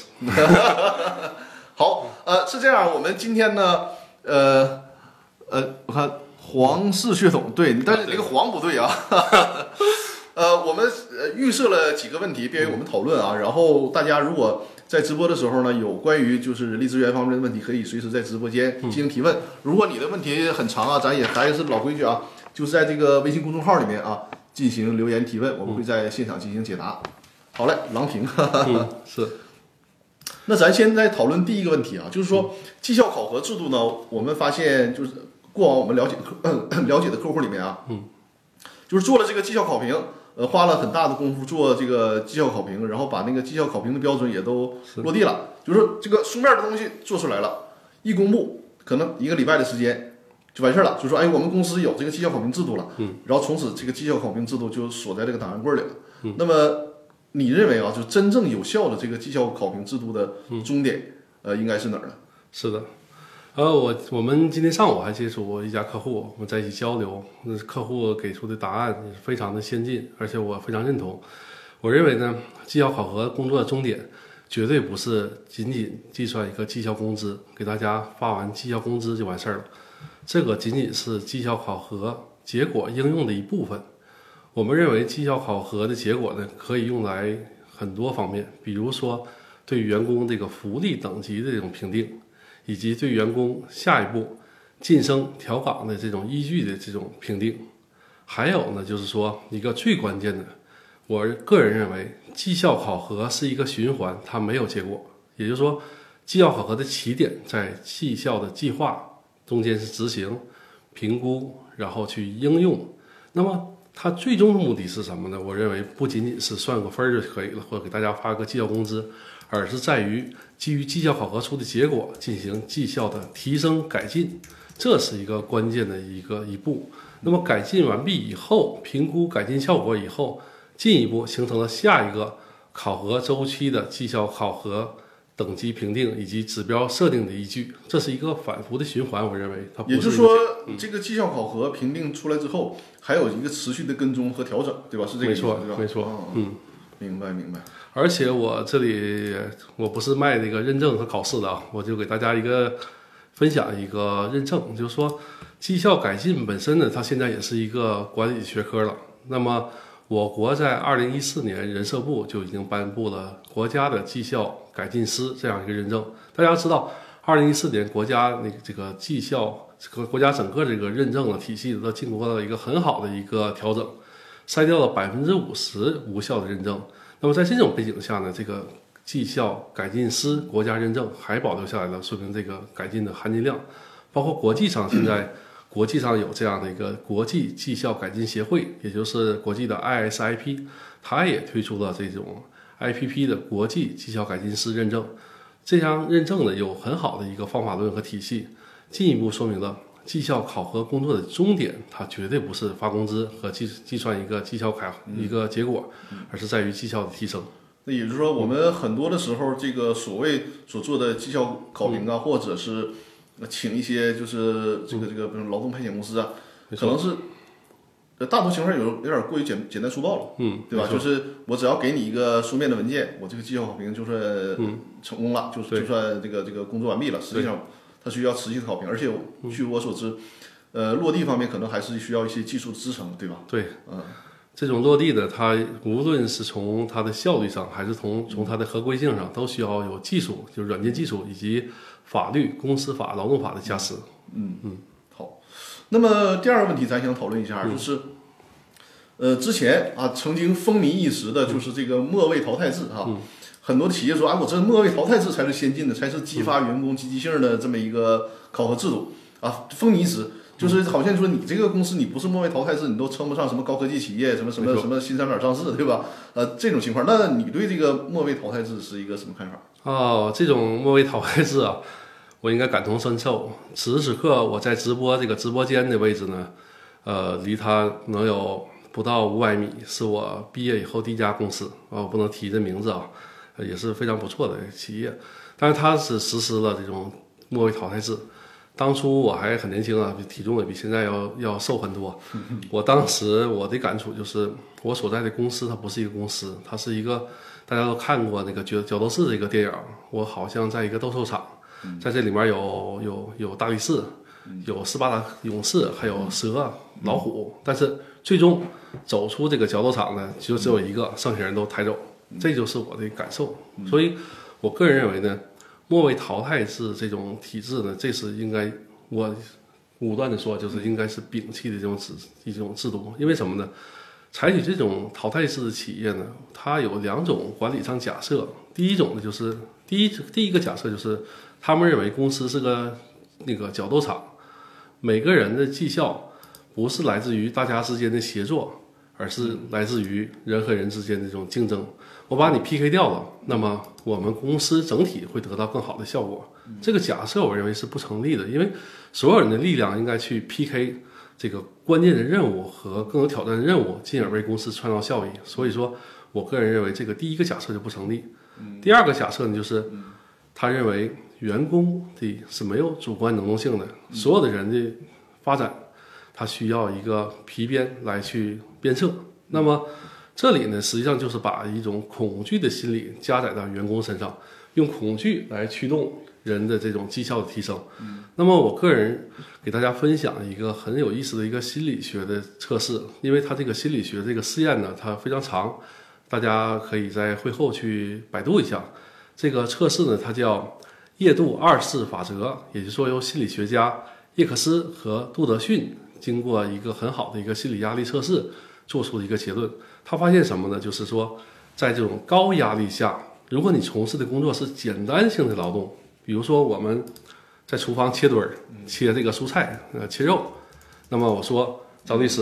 好，呃，是这样，我们今天呢，呃，呃，我看皇室血统对，但是你那个皇不对啊，呃，我们呃预设了几个问题便于我们讨论啊，然后大家如果在直播的时候呢，有关于就是人力资源方面的问题，可以随时在直播间进行提问。如果你的问题很长啊，咱也还是老规矩啊，就是在这个微信公众号里面啊进行留言提问，我们会在现场进行解答。好嘞，郎平， 嗯，是。 那咱现在讨论第一个问题啊，就是说绩效考核制度呢，我们发现就是过往我们了解客了解的客户里面啊， 嗯， 就是做了这个绩效考评。呃，花了很大的功夫做这个绩效考评，然后把那个绩效考评的标准也都落地了。就是说这个书面的东西做出来了，一公布，可能一个礼拜的时间就完事儿了。就说，哎，我们公司有这个绩效考评制度了， 嗯， 然后从此这个绩效考评制度就锁在这个档案柜里了。嗯，那么你认为啊，就真正有效的这个绩效考评制度的终点，嗯、呃，应该是哪儿呢？ 是的。呃，我我们今天上午还接触过一家客户，我们在一起交流，那客户给出的答案也是非常的先进，而且我非常认同。我认为呢，绩效考核工作的终点绝对不是仅仅计算一个绩效工资，给大家发完绩效工资就完事儿了，这个仅仅是绩效考核结果应用的一部分。我们认为绩效考核的结果呢，可以用来很多方面，比如说对员工这个福利等级的这种评定，以及对员工下一步晋升调岗的这种依据的这种评定。还有呢，就是说一个最关键的，我个人认为绩效考核是一个循环，它没有结果。也就是说，绩效考核的起点在绩效的计划，中间是执行、评估，然后去应用。那么它最终的目的是什么呢？我认为不仅仅是算个分儿就可以了，或者给大家发个绩效工资，而是在于基于绩效考核出的结果进行绩效的提升改进，这是一个关键的一个一步。那么改进完毕以后，评估改进效果以后，进一步形成了下一个考核周期的绩效考核等级评定以及指标设定的依据，这是一个反复的循环。我认为它不是， 也就是说，这个绩效考核评定出来之后，还有一个持续的跟踪和调整，对吧？是这个意思， 没错， 对吧？ 没错， 哦、 嗯， 明白明白。 而且我这里我不是卖那个认证和考试的啊，我就给大家一个分享一个认证，就是说绩效改进本身呢，它现在也是一个管理学科了。那么我国在二零一四年人社部就已经颁布了国家的绩效改进师这样一个认证。大家知道，二零一四年国家那个这个绩效，这个国家整个这个认证的体系都经过了一个很好的一个调整，筛掉了百分之五十无效的认证。那么在这种背景下呢，这个绩效改进师国家认证还保留下来了，说明这个改进的含金量。包括国际上现在国际上有这样的一个国际绩效改进协会，也就是国际的 I S I P， 它也推出了这种 I P P 的国际绩效改进师认证。这项认证呢有很好的一个方法论和体系，进一步说明了绩效考核工作的终点，它绝对不是发工资和计计算一个绩效考一个结果，而是在于绩效的提升。 那也就是说，我们很多的时候，这个所谓所做的绩效考评啊， 嗯、 或者是请一些就是这个这个，比如劳动派遣公司啊，可能是呃大多情况有有点过于简简单粗暴了， 嗯， 对吧？就是我只要给你一个书面的文件，我这个绩效考评就算成功了， 嗯、 就就算这个这个工作完毕了。实际上，它需要持续的考评，而且据我所知，呃，落地方面可能还是需要一些技术的支撑，对吧？ 对， 嗯。 这种落地的，它无论是从它的效率上，还是从从它的合规性上，都需要有技术，就是软件技术以及法律、公司法、劳动法的加持。 嗯嗯，好。那么第二个问题，咱想讨论一下， 嗯、 就是，呃，之前啊曾经风靡一时的，就是这个末位淘汰制啊。 嗯、 很多企业说，啊，我这末位淘汰制才是先进的，才是激发员工积极性的这么一个考核制度啊，风靡一时。就是好像说你这个公司你不是末位淘汰制，你都称不上什么高科技企业，什么什么什么新三板上市，对吧？呃，这种情况，那你对这个末位淘汰制是一个什么看法？ 哦，这种末位淘汰制啊，我应该感同身受。此时此刻我在直播这个直播间的位置呢，呃，离它能有不到五百米，是我毕业以后第一家公司啊，我不能提这名字啊，也是非常不错的企业，但是它是实施了这种末位淘汰制。当初我还很年轻啊，体重也比现在要要瘦很多。我当时我的感触就是，我所在的公司它不是一个公司，它是一个大家都看过那个角角斗士这个电影，我好像在一个斗兽场，在这里面有有有大力士，有斯巴达勇士，还有蛇、老虎，但是最终走出这个角斗场呢，就只有一个，剩下人都抬走，这就是我的感受。所以，我个人认为呢。末位淘汰制这种体制呢，这是应该我武断的说，就是应该是摒弃的这种制一种制度。因为什么呢？采取这种淘汰制的企业呢，它有两种管理上假设。第一种呢，就是第一第一个假设就是他们认为公司是个那个角斗场，每个人的绩效不是来自于大家之间的协作，而是来自于人和人之间的这种竞争。我把你 P K 掉了，那么我们公司整体会得到更好的效果。这个假设我认为是不成立的，因为所有人的力量应该去 P K 这个关键的任务和更有挑战的任务，进而为公司创造效益。所以说我个人认为这个第一个假设就不成立。第二个假设呢，就是他认为员工的是没有主观能动性的，所有的人的发展他需要一个皮鞭来去鞭策。那么这里呢，实际上就是把一种恐惧的心理加载到员工身上，用恐惧来驱动人的这种绩效的提升。嗯、那么我个人给大家分享一个很有意思的一个心理学的测试，因为它这个心理学这个试验呢，它非常长，大家可以在会后去百度一下。这个测试呢，它叫叶杜二式法则，也就是说由心理学家叶克斯和杜德逊经过一个很好的一个心理压力测试做出的一个结论。他发现什么呢？就是说，在这种高压力下，如果你从事的工作是简单性的劳动，比如说我们在厨房切墩儿、切这个蔬菜、呃切肉，那么我说张律师，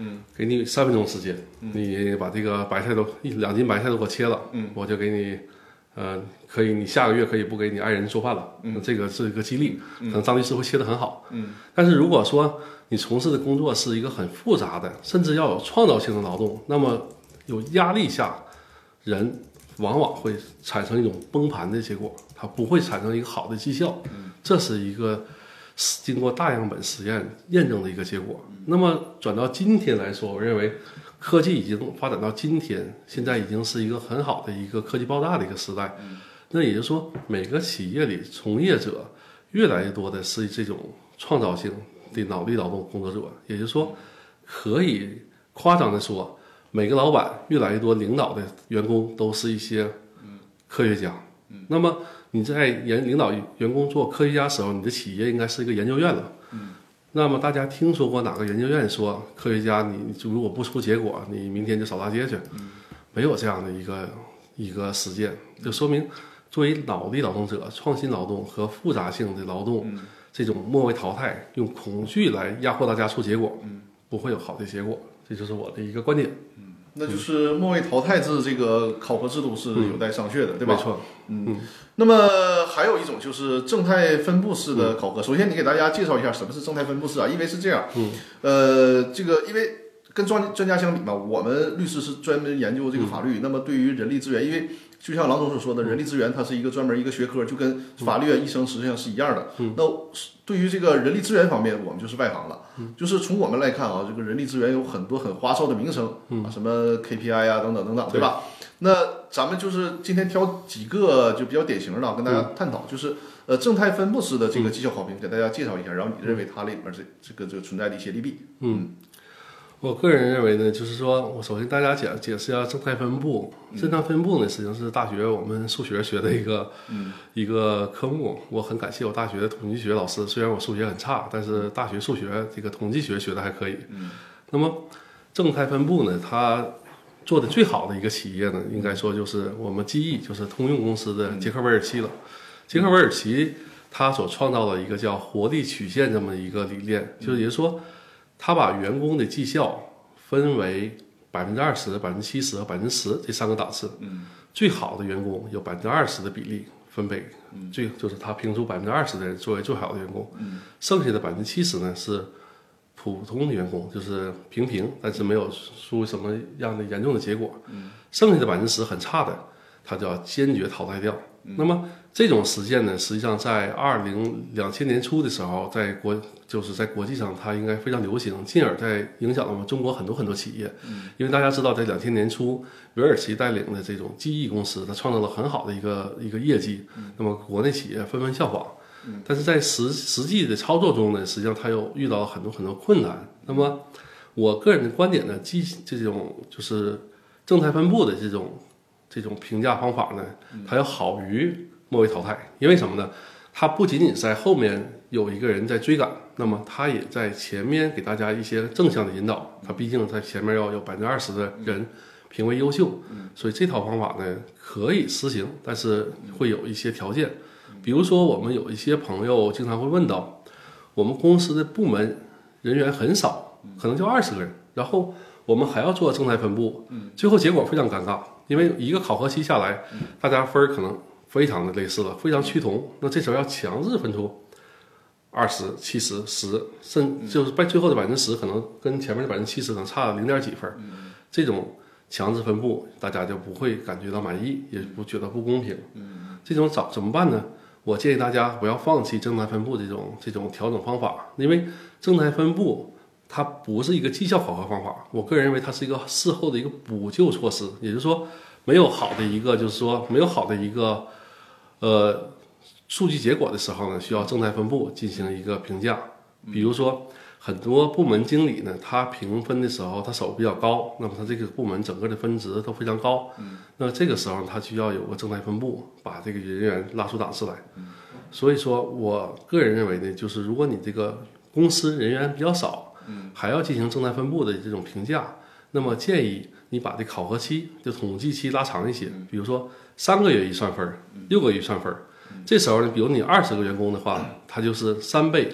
嗯，给你三分钟时间，嗯、你把这个白菜都一两斤白菜都给我切了，嗯，我就给你，呃，可以，你下个月可以不给你爱人做饭了，嗯，这个是一个激励，可能张律师会切得很好，嗯，但是如果说你从事的工作是一个很复杂的，甚至要有创造性的劳动，那么有压力下，人往往会产生一种崩盘的结果，它不会产生一个好的绩效，这是一个经过大样本实验验证的一个结果。那么转到今天来说，我认为科技已经发展到今天，现在已经是一个很好的一个科技爆炸的一个时代。那也就是说，每个企业里从业者越来越多的是这种创造性的脑力劳动工作者，也就是说，可以夸张的说，每个老板越来越多领导的员工都是一些科学家。那么你在研领导员工做科学家的时候，你的企业应该是一个研究院了。那么大家听说过哪个研究院说科学家你如果不出结果，你明天就扫大街去？没有这样的一个一个实践，就说明作为脑力劳动者，创新劳动和复杂性的劳动。这种末位淘汰，用恐惧来压迫大家出结果，嗯，不会有好的结果，这就是我的一个观点。 嗯，那就是末位淘汰制这个考核制度是有待商榷的， 嗯、 对吧？ 没错。 嗯，嗯那么还有一种就是正态分布式的考核。嗯、首先，你给大家介绍一下什么是正态分布式啊？因为是这样，嗯，呃，这个因为跟专专家相比嘛，我们律师是专门研究这个法律，嗯、那么对于人力资源，因为就像郎总所说的，人力资源它是一个专门一个学科，就跟法律啊、医生实际上是一样的。嗯、那对于这个人力资源方面，我们就是外行了。嗯、就是从我们来看啊，这个人力资源有很多很花哨的名称，嗯、啊，什么 K P I 啊等等等等，对吧？那咱们就是今天挑几个就比较典型的，跟大家探讨，嗯、就是呃正态分布式的这个绩效考评，给大家介绍一下，然后你认为它里面这这个这个存在的一些利弊。 嗯。我个人认为呢，就是说我首先大家解解释一下正态分布。正态分布呢，实际上是大学我们数学学的一个、嗯、一个科目。我很感谢我大学的统计学老师，虽然我数学很差，但是大学数学这个统计学学的还可以。嗯、那么正态分布呢，它做的最好的一个企业呢，应该说就是我们记忆，就是通用公司的杰克韦尔奇了。嗯、杰克韦尔奇他所创造的一个叫活力曲线这么一个理念，就是也就是说。他把员工的绩效分为百分之二十、百分之七十和百分之十这三个档次。嗯，最好的员工有百分之二十的比例分配，嗯、最就是他评出百分之二十的人作为最好的员工。嗯，剩下的百分之七十呢是普通的员工，就是平平，但是没有出什么样的严重的结果。嗯，剩下的百分之十很差的，他就要坚决淘汰掉。嗯、那么这种实践呢，实际上在二零两千年初的时候，在国就是在国际上它应该非常流行，进而在影响了我们中国很多很多企业。嗯、因为大家知道，在两千年初，韦尔奇带领的这种记忆公司，它创造了很好的一个一个业绩。嗯、那么国内企业纷纷效仿。嗯、但是在实实际的操作中呢，实际上它又遇到了很多很多困难。那么我个人的观点呢，即这种就是正态分布的这种这种评价方法呢，它要好于末位淘汰。因为什么呢？它不仅仅在后面有一个人在追赶，那么它也在前面给大家一些正向的引导。它毕竟在前面要有百分之二十的人评为优秀，所以这套方法呢可以实行，但是会有一些条件。比如说，我们有一些朋友经常会问到，我们公司的部门人员很少，可能就二十个人，然后我们还要做正态分布，最后结果非常尴尬，因为一个考核期下来，大家分可能非常的类似了，非常趋同。那这时候要强制分出二十、七十、十，甚就是在最后的百分之十，可能跟前面的百分之七十可能差零点几分。这种强制分布，大家就不会感觉到满意，也不觉得不公平。这种怎怎么办呢？我建议大家不要放弃正态分布这种这种调整方法，因为正态分布它不是一个绩效考核方法，我个人认为它是一个事后的一个补救措施。也就是说，没有好的一个就是说没有好的一个呃数据结果的时候呢，需要正态分布进行一个评价。比如说很多部门经理呢，他评分的时候他手比较高，那么他这个部门整个的分值都非常高，嗯、那这个时候他需要有个正态分布，把这个人员拉出档次来。嗯、所以说我个人认为呢，就是如果你这个公司人员比较少，嗯、还要进行正态分布的这种评价，那么建议你把这考核期就统计期拉长一些，比如说三个月一算分，六个月一算分。这时候呢，比如你二十个员工的话，它就是三倍。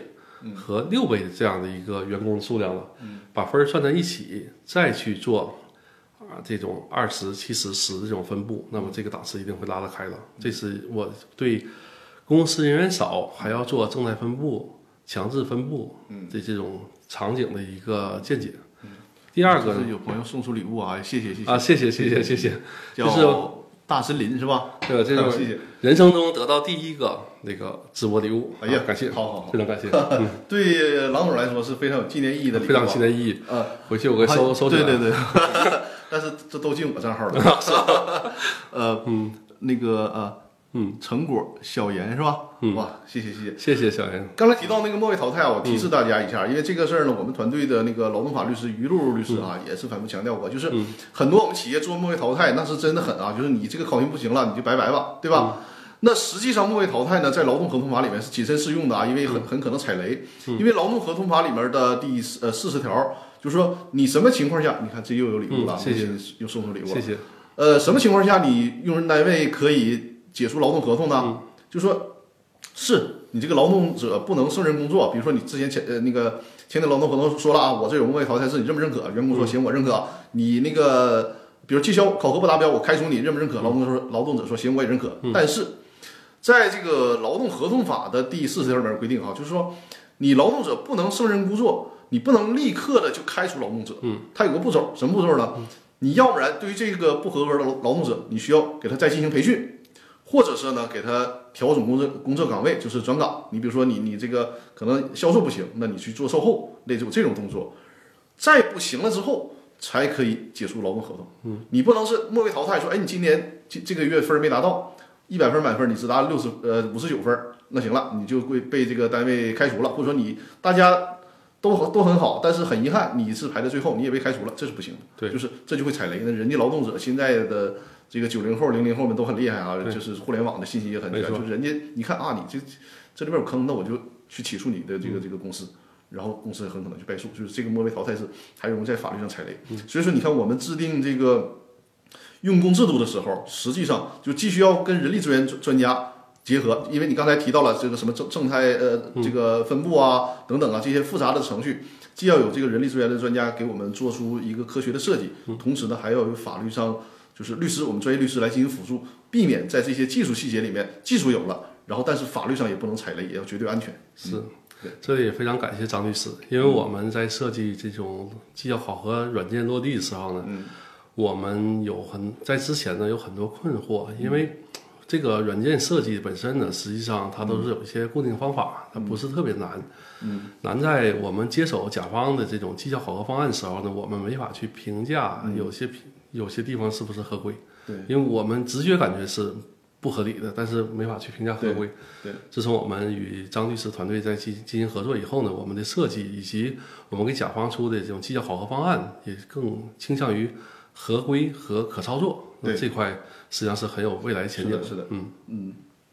和六倍这样的一个员工数量了，把分儿算在一起，再去做啊这种二十、七十、十的这种分布，那么这个档次一定会拉得开的。这是我对公司人员少还要做正态分布、强制分布的这种场景的一个见解。第二个有朋友送出礼物啊，谢谢谢谢啊，谢谢谢谢谢谢， 就是大森林是吧？ 对，这就是人生中得到第一个那个直播礼物。 哎呀， 感谢， 好好好， 非常感谢。 嗯、对郎总来说是非常有纪念意义的礼物， 非常纪念意义。 呃， 回去我给收收起来。 对对对，但是这都进我账号了。呃，嗯，那个呃。嗯，成果小严是吧？嗯，哇，谢谢谢谢谢谢小严。 刚才提到那个末位淘汰啊，我提示大家一下，嗯、因为这个事儿呢，我们团队的那个劳动法律师于露律师啊，嗯、也是反复强调过，就是很多我们企业做末位淘汰，那是真的狠啊，就是你这个考勤不行了，你就拜拜吧，对吧？嗯、那实际上末位淘汰呢，在劳动合同法里面是谨慎适用的啊，因为很很可能踩雷，嗯、因为劳动合同法里面的第呃四十条，就是说你什么情况下，你看这又有礼物了， 嗯、谢谢， 又送出礼物了， 谢谢。 呃，什么情况下你用人单位可以解除劳动合同呢？嗯、就说是你这个劳动者不能胜任工作，比如说你之前签呃那个签的劳动合同说了啊，我这有末位淘汰制，你认不认可？员工说行，我认可。你那个比如绩效考核不达标，我开除你，认不认可？劳动者说劳动者说行，我也认可。但是在这个劳动合同法的第四十条里面规定啊，就是说你劳动者不能胜任工作，你不能立刻的就开除劳动者。嗯，它有个步骤，什么步骤呢？你要不然对于这个不合格的劳动者，你需要给他再进行培训，或者是呢给他调整工作工作岗位，就是转岗。你比如说你你这个可能销售不行，那你去做售后，类似有这种动作。再不行了之后，才可以解除劳动合同。嗯，你不能是末位淘汰，说哎你今年这这个月分没达到一百分满分，你只达六十呃五十九分，那行了，你就会被这个单位开除了，或者说你大家。都都很好，但是很遗憾，你是排在最后，你也被开除了，这是不行的。 对， 就是这就会踩雷。那人家劳动者现在的这个九零后、零零后们都很厉害啊，就是互联网的信息也很全，就是人家一看啊，你这这里边有坑，那我就去起诉你的这个这个公司，然后公司很可能就败诉。就是这个末位淘汰制还容易在法律上踩雷。所以说，你看我们制定这个用工制度的时候，实际上就既需要跟人力资源专家。结合，因为你刚才提到了这个什么正正态呃这个分布啊等等啊这些复杂的程序，既要有这个人力资源的专家给我们做出一个科学的设计，同时呢还要有法律上就是律师我们专业律师来进行辅助，避免在这些技术细节里面技术有了，然后但是法律上也不能踩雷，也要绝对安全。 是，这里也非常感谢张律师，因为我们在设计这种绩效考核软件落地的时候呢，嗯、我们有很在之前呢有很多困惑，因为。这个软件设计本身呢，实际上它都是有一些固定方法，它不是特别难。嗯，难在我们接手甲方的这种绩效考核方案的时候呢，我们没法去评价有些有些地方是不是合规。对，因为我们直觉感觉是不合理的，但是没法去评价合规。 对， 自从我们与张律师团队在进进行合作以后呢，我们的设计以及我们给甲方出的这种绩效考核方案，也更倾向于合规和可操作。 对这块实际上是很有未来前景的。是的， 嗯嗯。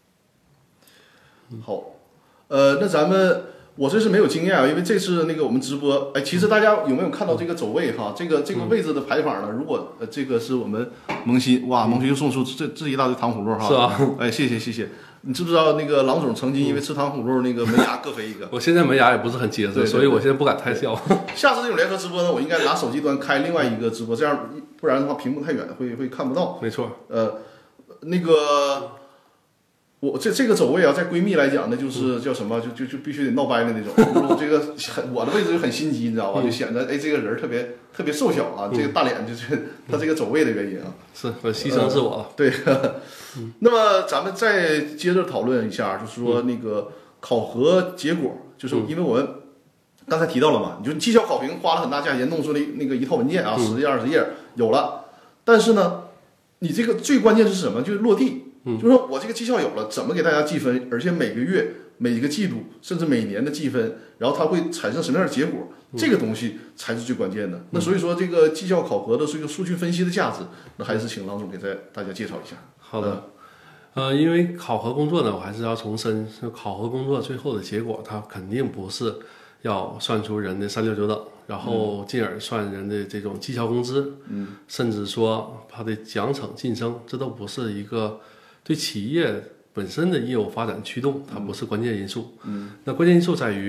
好，呃，那咱们我这是没有经验啊，因为这次那个我们直播，哎，其实大家有没有看到这个走位哈？这个这个位置的排法呢？如果呃这个是我们萌新，哇，萌新又送出这这一大堆糖葫芦哈。 是啊。 哎，谢谢谢谢。你知不知道那个郎总曾经因为吃糖葫芦，那个门牙各飞一个？ 我现在门牙也不是很结实，所以我现在不敢太笑。 下次这种联合直播呢，我应该拿手机端开另外一个直播，这样不然的话屏幕太远会会看不到。 没错。 呃，那个我这这个走位啊，在闺蜜来讲呢，就是叫什么，就就就必须得闹掰的那种。就是这个很我的位置就很心机，你知道吧？就显得哎这个人特别特别瘦小啊，这个大脸就是他这个走位的原因啊。 是我牺牲自我了。 呃、对。那么咱们再接着讨论一下，就是说那个考核结果，就是因为我们刚才提到了嘛，你就绩效考评花了很大价钱弄出了那个一套文件啊，十页二十页有了，但是呢，你这个最关键是什么？就是落地，就是说我这个绩效有了，怎么给大家计分，而且每个月、每个季度甚至每年的计分，然后它会产生什么样的结果，这个东西才是最关键的。那所以说这个绩效考核的这个数据分析的价值，那还是请郎总给在大家介绍一下。 好的。呃，因为考核工作呢，我还是要重申，考核工作最后的结果，它肯定不是要算出人的三六九等，然后进而算人的这种绩效工资，嗯，甚至说他的奖惩晋升，这都不是一个对企业本身的业务发展驱动，它不是关键因素。嗯，那关键因素在于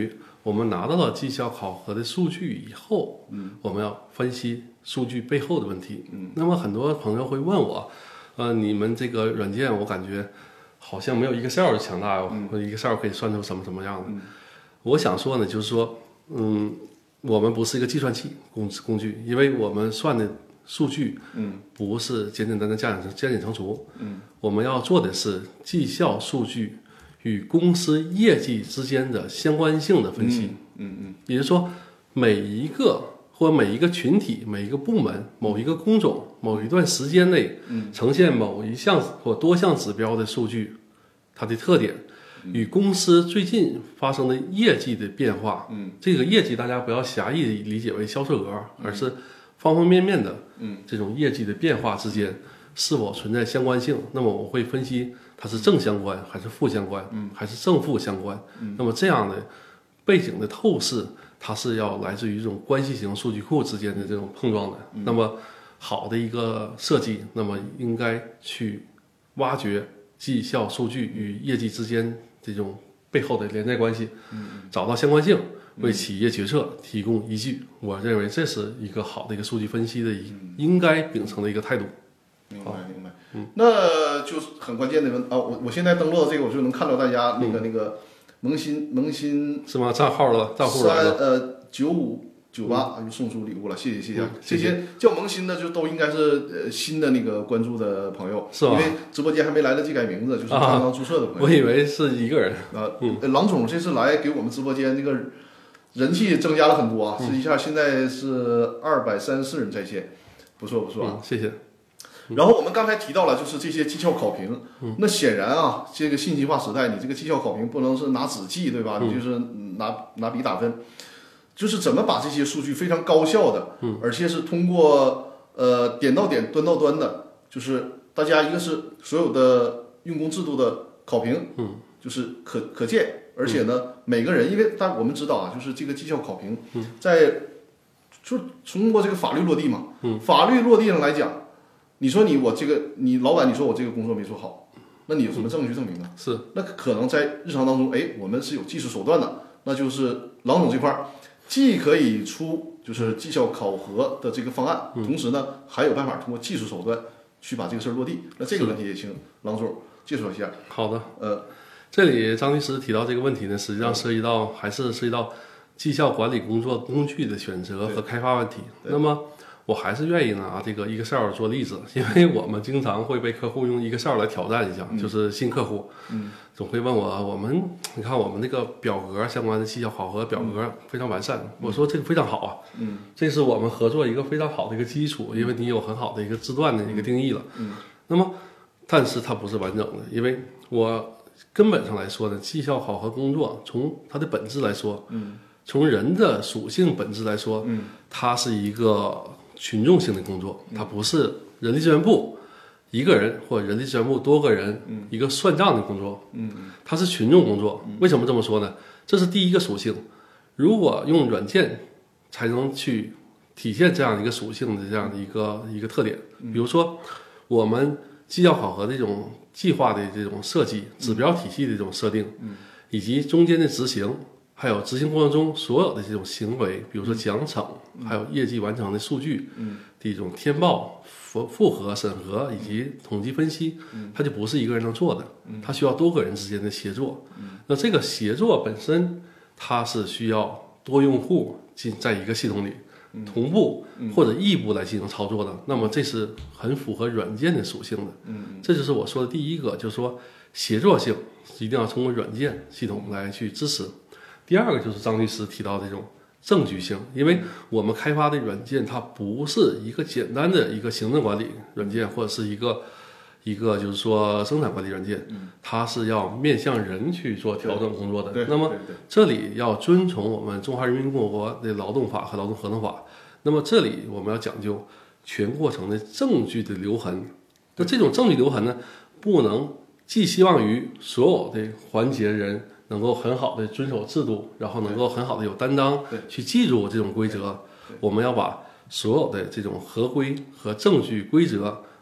我们拿到了绩效考核的数据以后，嗯，我们要分析数据背后的问题。嗯，那么很多朋友会问我，呃，你们这个软件我感觉好像没有 Excel 强大哟，嗯、Excel 可以算出什么什么样的？嗯、我想说呢，就是说，嗯，我们不是一个计算器工工具，因为我们算的数据，嗯，不是简简单单加减乘加减乘除，嗯，我们要做的是绩效数据与公司业绩之间的相关性的分析，嗯嗯，也就是说，每一个或每一个群体、每一个部门、某一个工种、某一段时间内，嗯，呈现某一项或多项指标的数据，它的特点与公司最近发生的业绩的变化，嗯，这个业绩大家不要狭义理解为销售额，而是方方面面的，嗯，这种业绩的变化之间是否存在相关性？那么我会分析它是正相关还是负相关，嗯，还是正负相关。嗯，那么这样的背景的透视，它是要来自于这种关系型数据库之间的这种碰撞的。嗯、那么好的一个设计，那么应该去挖掘绩效数据与业绩之间这种背后的连带关系，嗯，找到相关性。为企业决策提供依据，我认为这是一个好的一个数据分析的应该秉承的一个态度。 明白明白，嗯，那就是很关键的问啊，我我现在登录到这个，我就能看到大家那个、嗯、那个萌新萌新是吗？账号了，账户来了，呃九五九八又送出礼物了，谢谢谢谢。嗯、这些叫萌新的就都应该是呃新的那个关注的朋友， 是吧？ 因为直播间还没来得及改名字，就是刚刚注册的朋友。 啊、我以为是一个人啊。嗯，郎总这次来给我们直播间这个人气增加了很多啊，试一下现在是二百三十四人在线，不错不错、啊嗯，谢谢。 然后我们刚才提到了，就是这些绩效考评，嗯、那显然啊，这个信息化时代，你这个绩效考评不能是拿纸记，对吧？嗯、你就是拿拿笔打分，就是怎么把这些数据非常高效的，嗯、而且是通过呃点到点、端到端的，就是大家一个是所有的用工制度的考评，嗯、就是可可见。而且呢，每个人，因为但我们知道啊，就是这个绩效考评，在就通过这个法律落地嘛，法律落地上来讲，你说你我这个你老板，你说我这个工作没做好，那你有什么证据证明呢？ 是， 那可能在日常当中，哎，我们是有技术手段的，那就是郎总这块儿既可以出就是绩效考核的这个方案，同时呢还有办法通过技术手段去把这个事儿落地。那这个问题也请郎总介绍一下。 好的， 呃。 这里张律师提到这个问题呢，实际上涉及到还是涉及到绩效管理工作工具的选择和开发问题。那么我还是愿意拿这个 Excel 做例子，因为我们经常会被客户用 Excel 来挑战一下，嗯、就是新客户，嗯，总会问我，我们你看我们那个表格相关的绩效考核表格非常完善，嗯、我说这个非常好啊，嗯，这是我们合作一个非常好的一个基础，因为你有很好的一个字段的一个定义了，嗯，那么但是它不是完整的，因为我。根本上来说呢，绩效考核工作从它的本质来说，嗯，从人的属性本质来说，嗯，它是一个群众性的工作，它不是人力资源部一个人或者人力资源部多个人，嗯，一个算账的工作，嗯，它是群众工作。为什么这么说呢？这是第一个属性。如果用软件才能去体现这样一个属性的这样的一个一个特点，比如说我们绩效考核的这种计划的这种设计、指标体系的这种设定，以及中间的执行，还有执行过程中所有的这种行为，比如说奖惩，还有业绩完成的数据的一种填报、复复核、审核以及统计分析，它就不是一个人能做的，它需要多个人之间的协作。那这个协作本身，它是需要多用户进在一个系统里。同步或者异步来进行操作的，那么这是很符合软件的属性的。嗯，这就是我说的第一个，就是说协作性一定要通过软件系统来去支持。第二个就是张律师提到的这种证据性，因为我们开发的软件它不是一个简单的一个行政管理软件，或者是一个一个就是说生产管理软件，它是要面向人去做调整工作的。那么这里要遵从我们中华人民共和国的劳动法和劳动合同法。那么这里我们要讲究全过程的证据的留痕。那这种证据留痕呢，不能寄希望于所有的环节人能够很好的遵守制度，然后能够很好的有担当，去记住这种规则。我们要把所有的这种合规和证据规则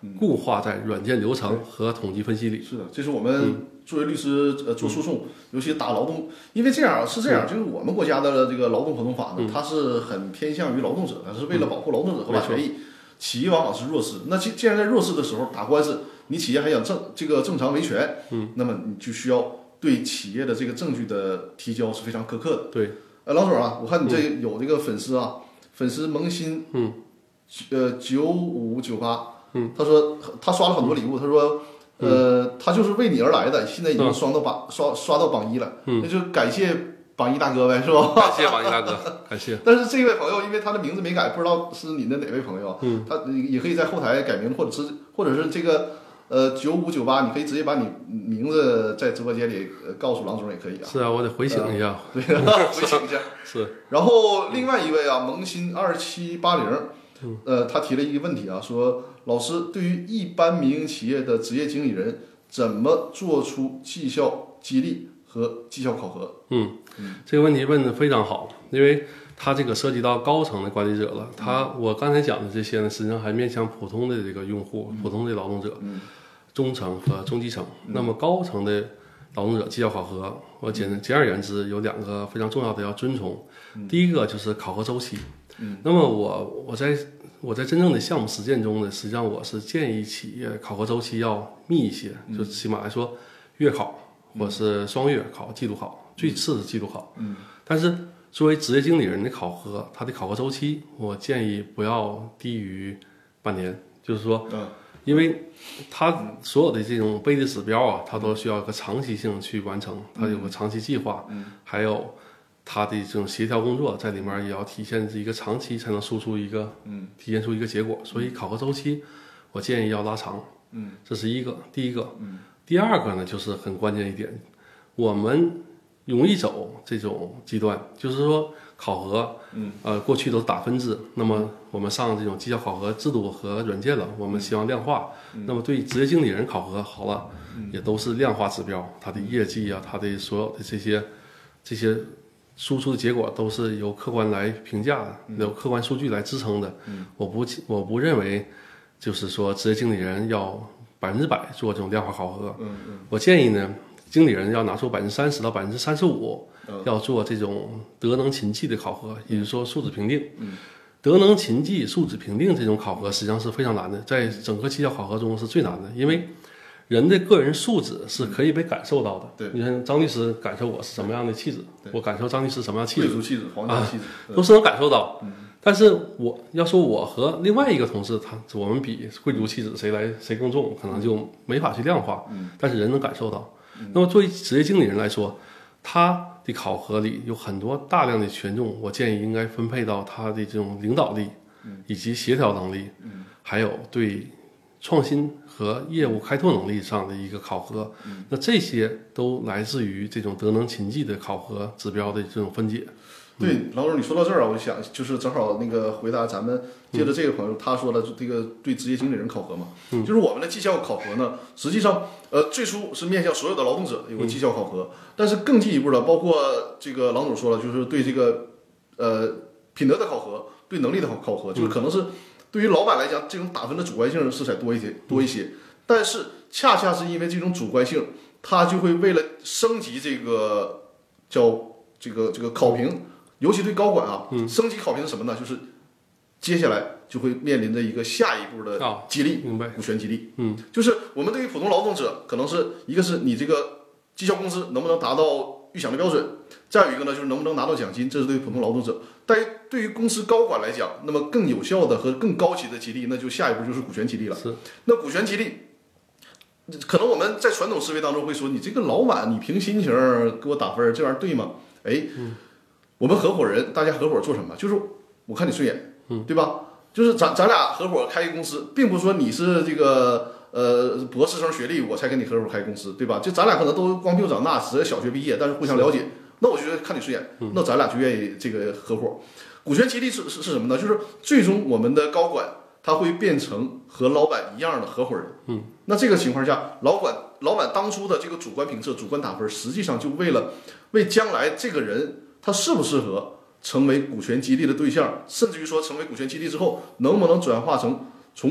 固化在软件流程和统计分析里。 是的，这是我们作为律师呃做诉讼，尤其打劳动，因为这样啊是这样，就是我们国家的这个劳动合同法呢，它是很偏向于劳动者的，是为了保护劳动者合法权益。企业往往是弱势，那既既然在弱势的时候打官司，你企业还想正这个正常维权，嗯，那么你就需要对企业的这个证据的提交是非常苛刻的。 对， 呃，老总啊，我看你这有这个粉丝啊，粉丝萌新， 嗯， 呃，九五九八，嗯，他说他刷了很多礼物，他说，呃，他就是为你而来的，现在已经刷到榜刷刷到榜一了，嗯，那就感谢榜一大哥呗，是吧？ 感谢榜一大哥，感谢。 但是这位朋友，因为他的名字没改，不知道是你的哪位朋友，嗯，他也可以在后台改名，或者是或者是这个呃九五九八，你可以直接把你名字在直播间里呃告诉郎总也可以啊。 是啊，我得回请一下， 呃、对，回请一下。 是。 然后另外一位啊，萌新二七八零，呃，他提了一个问题啊，说老师，对于一般民营企业的职业经理人，怎么做出绩效激励和绩效考核？ 嗯，这个问题问得非常好，因为它这个涉及到高层的管理者了。他我刚才讲的这些呢，实际上还面向普通的这个用户、普通的劳动者、中层和中基层。那么高层的劳动者绩效考核，我简简而言之有两个非常重要的要遵从。第一个就是考核周期。那么我我在我在真正的项目实践中呢，实际上我是建议企业考核周期要密一些，就起码来说月考或是双月考、季度考。最次是季度考，嗯，但是作为职业经理人的考核，他的考核周期，我建议不要低于半年。就是说，嗯，因为他所有的这种背的指标啊，他都需要一个长期性去完成，他有个长期计划，嗯，还有他的这种协调工作在里面也要体现一个长期才能输出一个，嗯，体现出一个结果。所以考核周期，我建议要拉长，嗯，这是一个，第一个，嗯，第二个呢，就是很关键一点，我们容易走这种极端，就是说考核，嗯，呃，过去都是打分制，那么我们上这种绩效考核制度和软件了，我们希望量化，嗯、那么对职业经理人考核好了，嗯、也都是量化指标，他的业绩啊，他的所有的这些这些输出的结果都是由客观来评价的，由客观数据来支撑的。嗯、我不我不认为就是说职业经理人要百分之百做这种量化考核，嗯嗯，我建议呢。经理人要拿出百分之三十到百分之三十五，要做这种德能勤绩的考核，也就是说素质评定。嗯，德能勤绩、素质评定这种考核实际上是非常难的，在整个绩效考核中是最难的，因为人的个人素质是可以被感受到的。对，你看张律师感受我是什么样的气质，我感受张律师什么样的气质，贵族气质、皇家气质、啊，都是能感受到。嗯，但是我要说我和另外一个同事，他我们比贵族气质谁来谁更重，可能就没法去量化。嗯，但是人能感受到。那么，作为职业经理人来说，他的考核里有很多大量的权重，我建议应该分配到他的这种领导力，以及协调能力，还有对创新和业务开拓能力上的一个考核。那这些都来自于这种德能勤绩的考核指标的这种分解。 对，郎总，你说到这儿啊，我就想就是正好那个回答咱们接着这个朋友、嗯、他说的这个对职业经理人考核嘛，嗯、就是我们的绩效考核呢，实际上呃最初是面向所有的劳动者有个绩效考核，嗯、但是更进一步的，包括这个郎总说了，就是对这个呃品德的考核，对能力的考核，就是可能是对于老板来讲，这种打分的主观性色彩多一些多一些，但是恰恰是因为这种主观性，他就会为了升级这个叫这个这个考评。尤其对高管啊，嗯、升级考评是什么呢？就是接下来就会面临着一个下一步的激励， 哦、明白？ 股权激励，嗯，就是我们对于普通劳动者，可能是一个是你这个绩效工资能不能达到预想的标准，再有一个呢就是能不能拿到奖金，这是对于普通劳动者。但对于公司高管来讲，那么更有效的和更高级的激励，那就下一步就是股权激励了。 是， 那股权激励。可能我们在传统思维当中会说，你这个老板，你凭心情给我打分，这玩意儿对吗？哎，嗯我们合伙人，大家合伙做什么？就是我看你顺眼，嗯，对吧？就是咱咱俩合伙开一个公司，并不是说你是这个呃博士生学历我才跟你合伙开公司，对吧？就咱俩可能都光屁股长大，只是小学毕业，但是互相了解，那我觉得看你顺眼，那咱俩就愿意这个合伙。股权激励是是是什么呢？就是最终我们的高管他会变成和老板一样的合伙人，嗯，那这个情况下，老板老板当初的这个主观评测、主观打分，实际上就为了为将来这个人。他适不适合成为股权激励的对象，甚至于说成为股权激励之后，能不能转化成从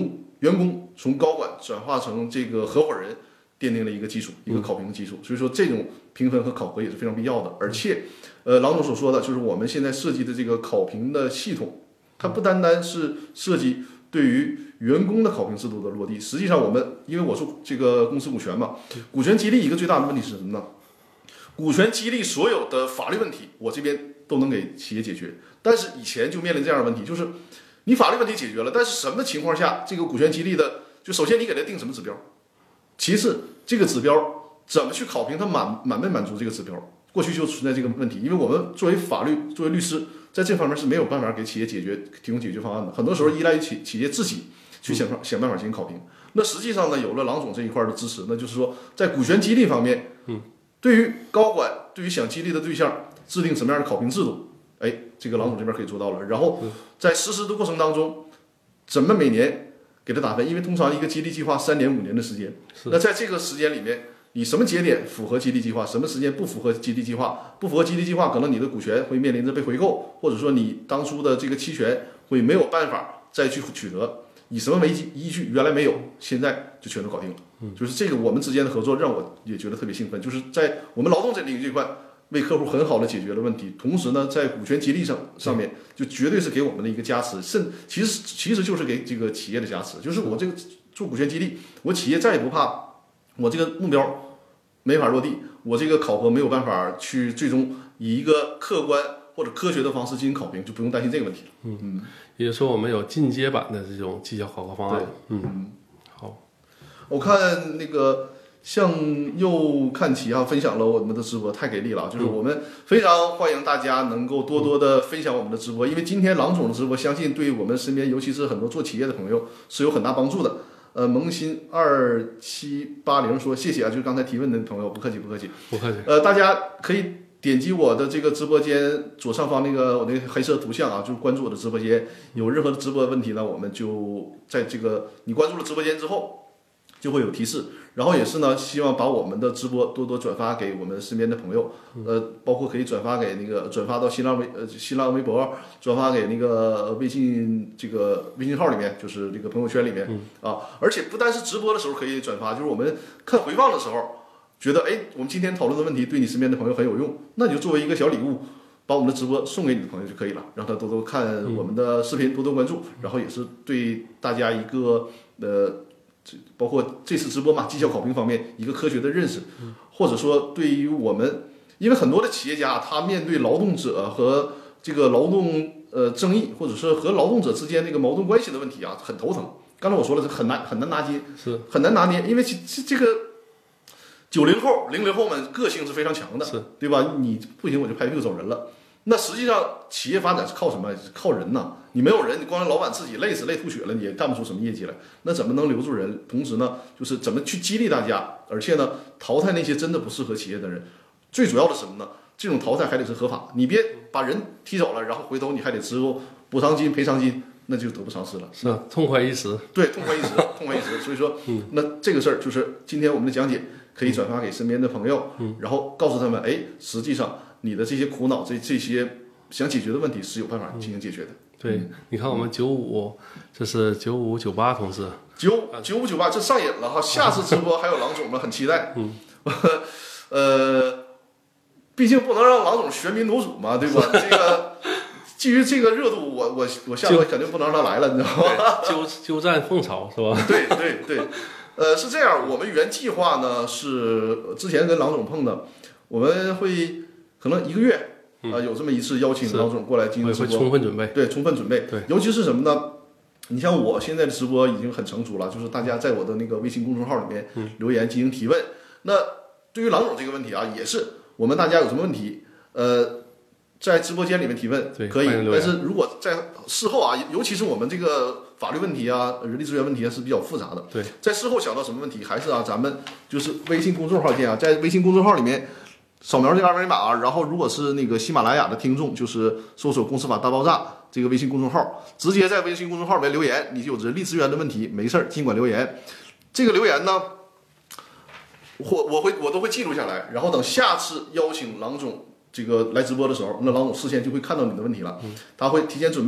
员工从高管转化成这个合伙人奠定了一个基础，一个考评的基础。所以说这种评分和考核也是非常必要的。而且，呃，郎总所说的就是我们现在设计的这个考评的系统，它不单单是设计对于员工的考评制度的落地，实际上我们因为我是这个公司股权嘛，股权激励一个最大的问题是什么呢？股权激励所有的法律问题，我这边都能给企业解决。但是以前就面临这样的问题，就是你法律问题解决了，但是什么情况下这个股权激励的，就首先你给它定什么指标，其次这个指标怎么去考评它满满没满足这个指标，过去就存在这个问题。因为我们作为法律作为律师，在这方面是没有办法给企业解决提供解决方案的，很多时候依赖于企企业自己去想想办法进行考评。那实际上呢，有了郎总这一块的支持，那就是说在股权激励方面，嗯，对于高管，对于想激励的对象，制定什么样的考评制度，哎，这个郎总这边可以做到了。然后在实施的过程当中，怎么每年给他打分？因为通常一个激励计划三年五年的时间，那在这个时间里面，你什么节点符合激励计划，什么时间不符合激励计划？不符合激励计划，可能你的股权会面临着被回购，或者说你当初的这个期权会没有办法再去取得。以什么为依据？原来没有，现在就全都搞定了。嗯，就是这个我们之间的合作让我也觉得特别兴奋，就是在我们劳动这领域这块为客户很好的解决了问题，同时呢，在股权激励上上面就绝对是给我们的一个加持，甚其实其实就是给这个企业的加持，就是我这个做股权激励，我企业再也不怕我这个目标没法落地，我这个考核没有办法去最终以一个客观或者科学的方式进行考评，就不用担心这个问题了。 嗯嗯，也就是说我们有进阶版的这种绩效考核方案。嗯，好， 我看那个向右看齐啊，分享了我们的直播，太给力了！就是我们非常欢迎大家能够多多的分享我们的直播，因为今天郎总的直播，相信对我们身边，尤其是很多做企业的朋友是有很大帮助的。呃，萌新二七八零说谢谢啊，就是刚才提问的朋友，不客气不客气不客气。 呃，大家可以点击我的这个直播间左上方那个我那个黑色图像啊，就是关注我的直播间。有任何的直播问题呢，我们就在这个你关注了直播间之后，就会有提示。然后也是呢，希望把我们的直播多多转发给我们身边的朋友，呃，包括可以转发给那个转发到新浪微呃新浪微博，转发给那个微信这个微信号里面，就是这个朋友圈里面啊。而且不单是直播的时候可以转发，就是我们看回放的时候，觉得哎，我们今天讨论的问题对你身边的朋友很有用，那你就作为一个小礼物，把我们的直播送给你的朋友就可以了，让他多多看我们的视频，多多关注，然后也是对大家一个呃。包括这次直播嘛，绩效考评方面一个科学的认识，或者说对于我们，因为很多的企业家他面对劳动者和这个劳动呃争议，或者说和劳动者之间那个矛盾关系的问题啊，很头疼。刚才我说了，这很难很难拿捏， 是很难拿捏，因为这这个九零后、零零后们个性是非常强的， 是对吧？你不行我就拍屁股走人了。那实际上企业发展是靠什么？是靠人呐！你没有人，你光老板自己累死累吐血了，你也干不出什么业绩来。那怎么能留住人？同时呢，就是怎么去激励大家，而且呢，淘汰那些真的不适合企业的人。最主要的是什么呢？这种淘汰还得是合法，你别把人踢走了，然后回头你还得支付补偿金、赔偿金，那就得不偿失了。 是啊，痛快一时。 对，痛快一时，痛快一时。所以说，嗯，那这个事儿就是今天我们的讲解，可以转发给身边的朋友，嗯，然后告诉他们，哎，实际上。你的这些苦恼，这这些想解决的问题是有办法进行解决的。嗯、 对，你看我们九五，这是九五九八同志， 九九五九八这上瘾了哈！下次直播还有郎总们，很期待。嗯，呃，毕竟不能让郎总玄冥夺主嘛，对吧？这个基于这个热度，我我我下回肯定不能让他来了，你知道吗？ 鸠鸠占凤巢是吧？ 对对对，呃，是这样，我们原计划呢是之前跟郎总碰的，我们会。可能一个月啊、呃，有这么一次邀请郎总过来进行直播， 充分准备， 对，充分准备。 对， 尤其是什么呢？你像我现在的直播已经很成熟了，就是大家在我的那个微信公众号里面留言进行提问。嗯、那对于郎总这个问题啊，也是我们大家有什么问题，呃，在直播间里面提问可以，但是如果在事后啊，尤其是我们这个法律问题啊、人力资源问题啊是比较复杂的。 对， 在事后想到什么问题，还是啊，咱们就是微信公众号见啊，在微信公众号里面。扫描这个二维码，然后如果是那个喜马拉雅的听众，就是搜索“公司法大爆炸”这个微信公众号，直接在微信公众号里面留言，你就有人力资源的问题，没事儿尽管留言。这个留言呢，我我会我都会记录下来，然后等下次邀请郎总这个来直播的时候，那郎总事先就会看到你的问题了，他会提前准备，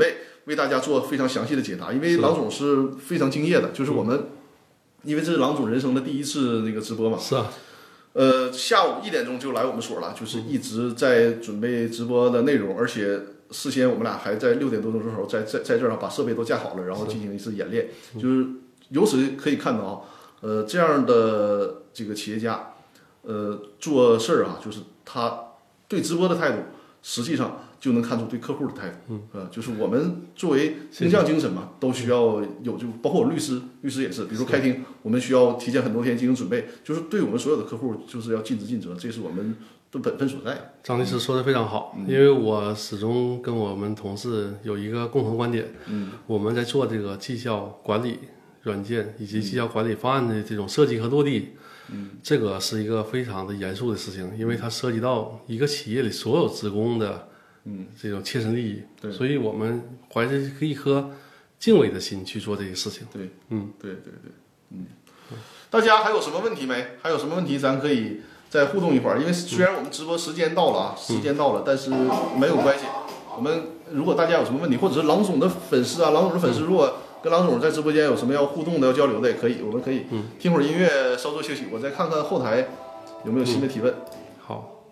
为大家做非常详细的解答，因为郎总是非常敬业的，就是我们，因为这是郎总人生的第一次那个直播嘛， 是啊， 呃，下午一点钟就来我们所了，就是一直在准备直播的内容，而且事先我们俩还在六点多钟的时候在在在这儿把设备都架好了，然后进行一次演练，就是由此可以看到啊，呃，这样的这个企业家，呃，做事儿啊，就是他对直播的态度，实际上就能看出对客户的态度。嗯，呃，就是我们作为工匠精神嘛，都需要有，就包括我律师，律师也是，比如说开庭，我们需要提前很多天进行准备，就是对我们所有的客户，就是要尽职尽责，这是我们的本分所在。 张律师说的非常好，因为我始终跟我们同事有一个共同观点，嗯，我们在做这个绩效管理软件以及绩效管理方案的这种设计和落地。嗯，这个是一个非常的严肃的事情，因为它涉及到一个企业里所有职工的，嗯，这种切身利益。对，所以我们怀着一颗敬畏的心去做这个事情。 对，嗯，对对对，嗯，大家还有什么问题没？还有什么问题咱可以再互动一会儿，因为虽然我们直播时间到了啊，时间到了，但是没有关系。我们如果大家有什么问题，或者是郎总的粉丝啊，郎总的粉丝如果跟郎总在直播间有什么要互动的、要交流的，也可以，我们可以听会儿音乐，稍作休息。我再看看后台有没有新的提问。嗯、 好，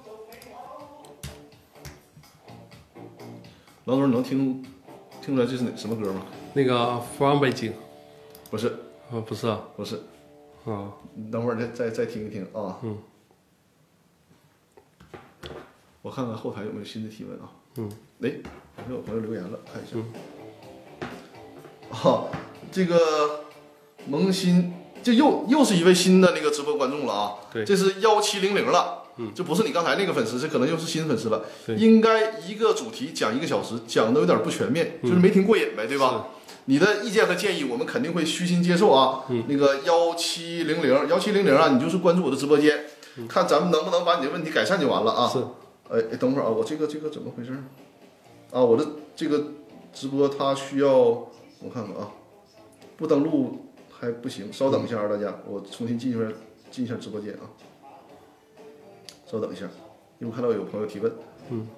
郎总，你能听听出来这是哪什么歌吗？ 那个 From 北京， 不是， 啊，不是啊， 不是， 啊， 你等会儿再再再听一听啊。 嗯。 我看看后台有没有新的提问啊。 嗯。 哎，好像有朋友留言了，看一下。 嗯。 啊，这个萌新，这又又是一位新的那个直播观众了啊！ 对， 这是幺七零零了， 嗯， 这不是你刚才那个粉丝，这可能又是新粉丝了。应该一个主题讲一个小时，讲的有点不全面，就是没听过瘾呗，对吧？你的意见和建议，我们肯定会虚心接受啊。 嗯， 那个幺七零零幺七零零啊，你就是关注我的直播间， 嗯、 看咱们能不能把你的问题改善就完了啊。 是， 哎，等会儿啊，我这个这个怎么回事？啊，我的这个直播它需要我看看啊。不登录还不行，稍等一下啊，大家，我重新进一下进一下直播间啊，稍等一下，因为我看到有朋友提问， 嗯，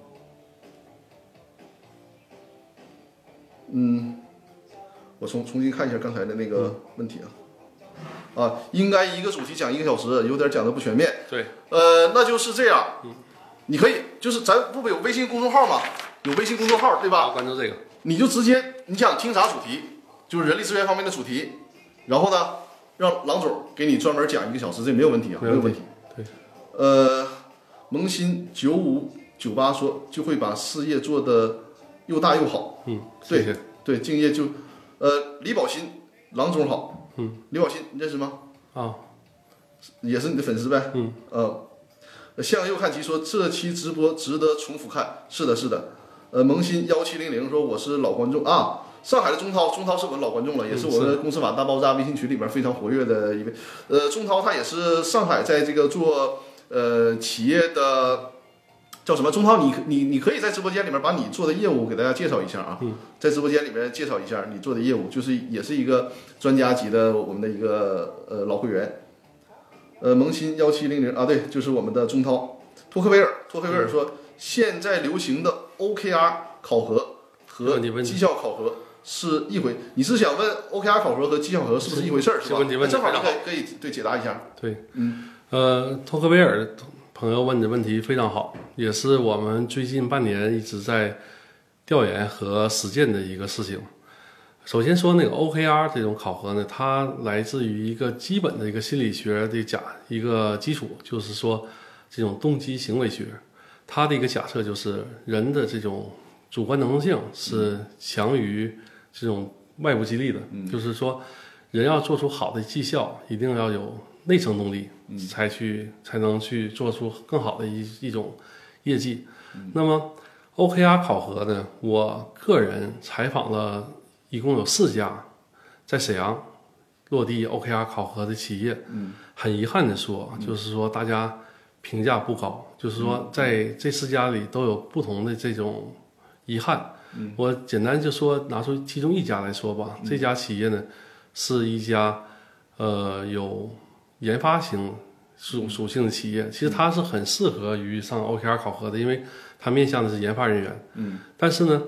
嗯，我重重新看一下刚才的那个问题啊，啊，应该一个主题讲一个小时，有点讲的不全面， 对， 呃，那就是这样， 嗯， 你可以就是咱不有微信公众号吗？有微信公众号对吧？ 关注这个， 你就直接你想听啥主题？就是人力资源方面的主题，然后呢，让郎总给你专门讲一个小时，这没有问题啊，没有问题。 对， 呃，萌新九五九八说就会把事业做得又大又好。 嗯， 对谢谢对，敬业就，呃，李宝新，郎总好。 嗯， 李宝新你认识吗？ 啊， 也是你的粉丝呗。 嗯， 呃，向右看齐说这期直播值得重复看。是的，是的。呃，萌新幺七零零说我是老观众啊。上海的钟涛，钟涛是我的老观众了，也是我们公司法大爆炸微信群里边非常活跃的一位。呃，钟涛他也是上海在这个做呃企业的叫什么？钟涛你你你可以在直播间里面把你做的业务给大家介绍一下啊， 嗯、 在直播间里面介绍一下你做的业务，就是也是一个专家级的我们的一个呃老会员。呃，萌新幺七零零啊，对，就是我们的钟涛。托克维尔，托克维尔说、嗯、现在流行的 O K R 考核和绩效考核。是一回，你是想问 O K R 考核和绩效考核是不是一回事儿？是吧？ 问题问题正好可以可以对解答一下。 对， 嗯， 呃，托克维尔朋友问的问题非常好，也是我们最近半年一直在调研和实践的一个事情。首先说那个 O K R 这种考核呢，它来自于一个基本的一个心理学的假一个基础，就是说这种动机行为学，它的一个假设就是人的这种主观能动性是强于这种外部激励的， 嗯、 就是说，人要做出好的绩效，一定要有内生动力， 嗯、 才去才能去做出更好的一一种业绩。 嗯、 那么 O K R 考核呢，我个人采访了一共有四家在沈阳落地 O K R 考核的企业， 嗯、 很遗憾的说，就是说大家评价不高，就是说在这四家里都有不同的这种遗憾。 嗯、 我简单就说拿出其中一家来说吧， 嗯、 这家企业呢是一家呃有研发型属属性的企业，其实它是很适合于上 O K R 考核的，因为它面向的是研发人员。 嗯， 但是呢，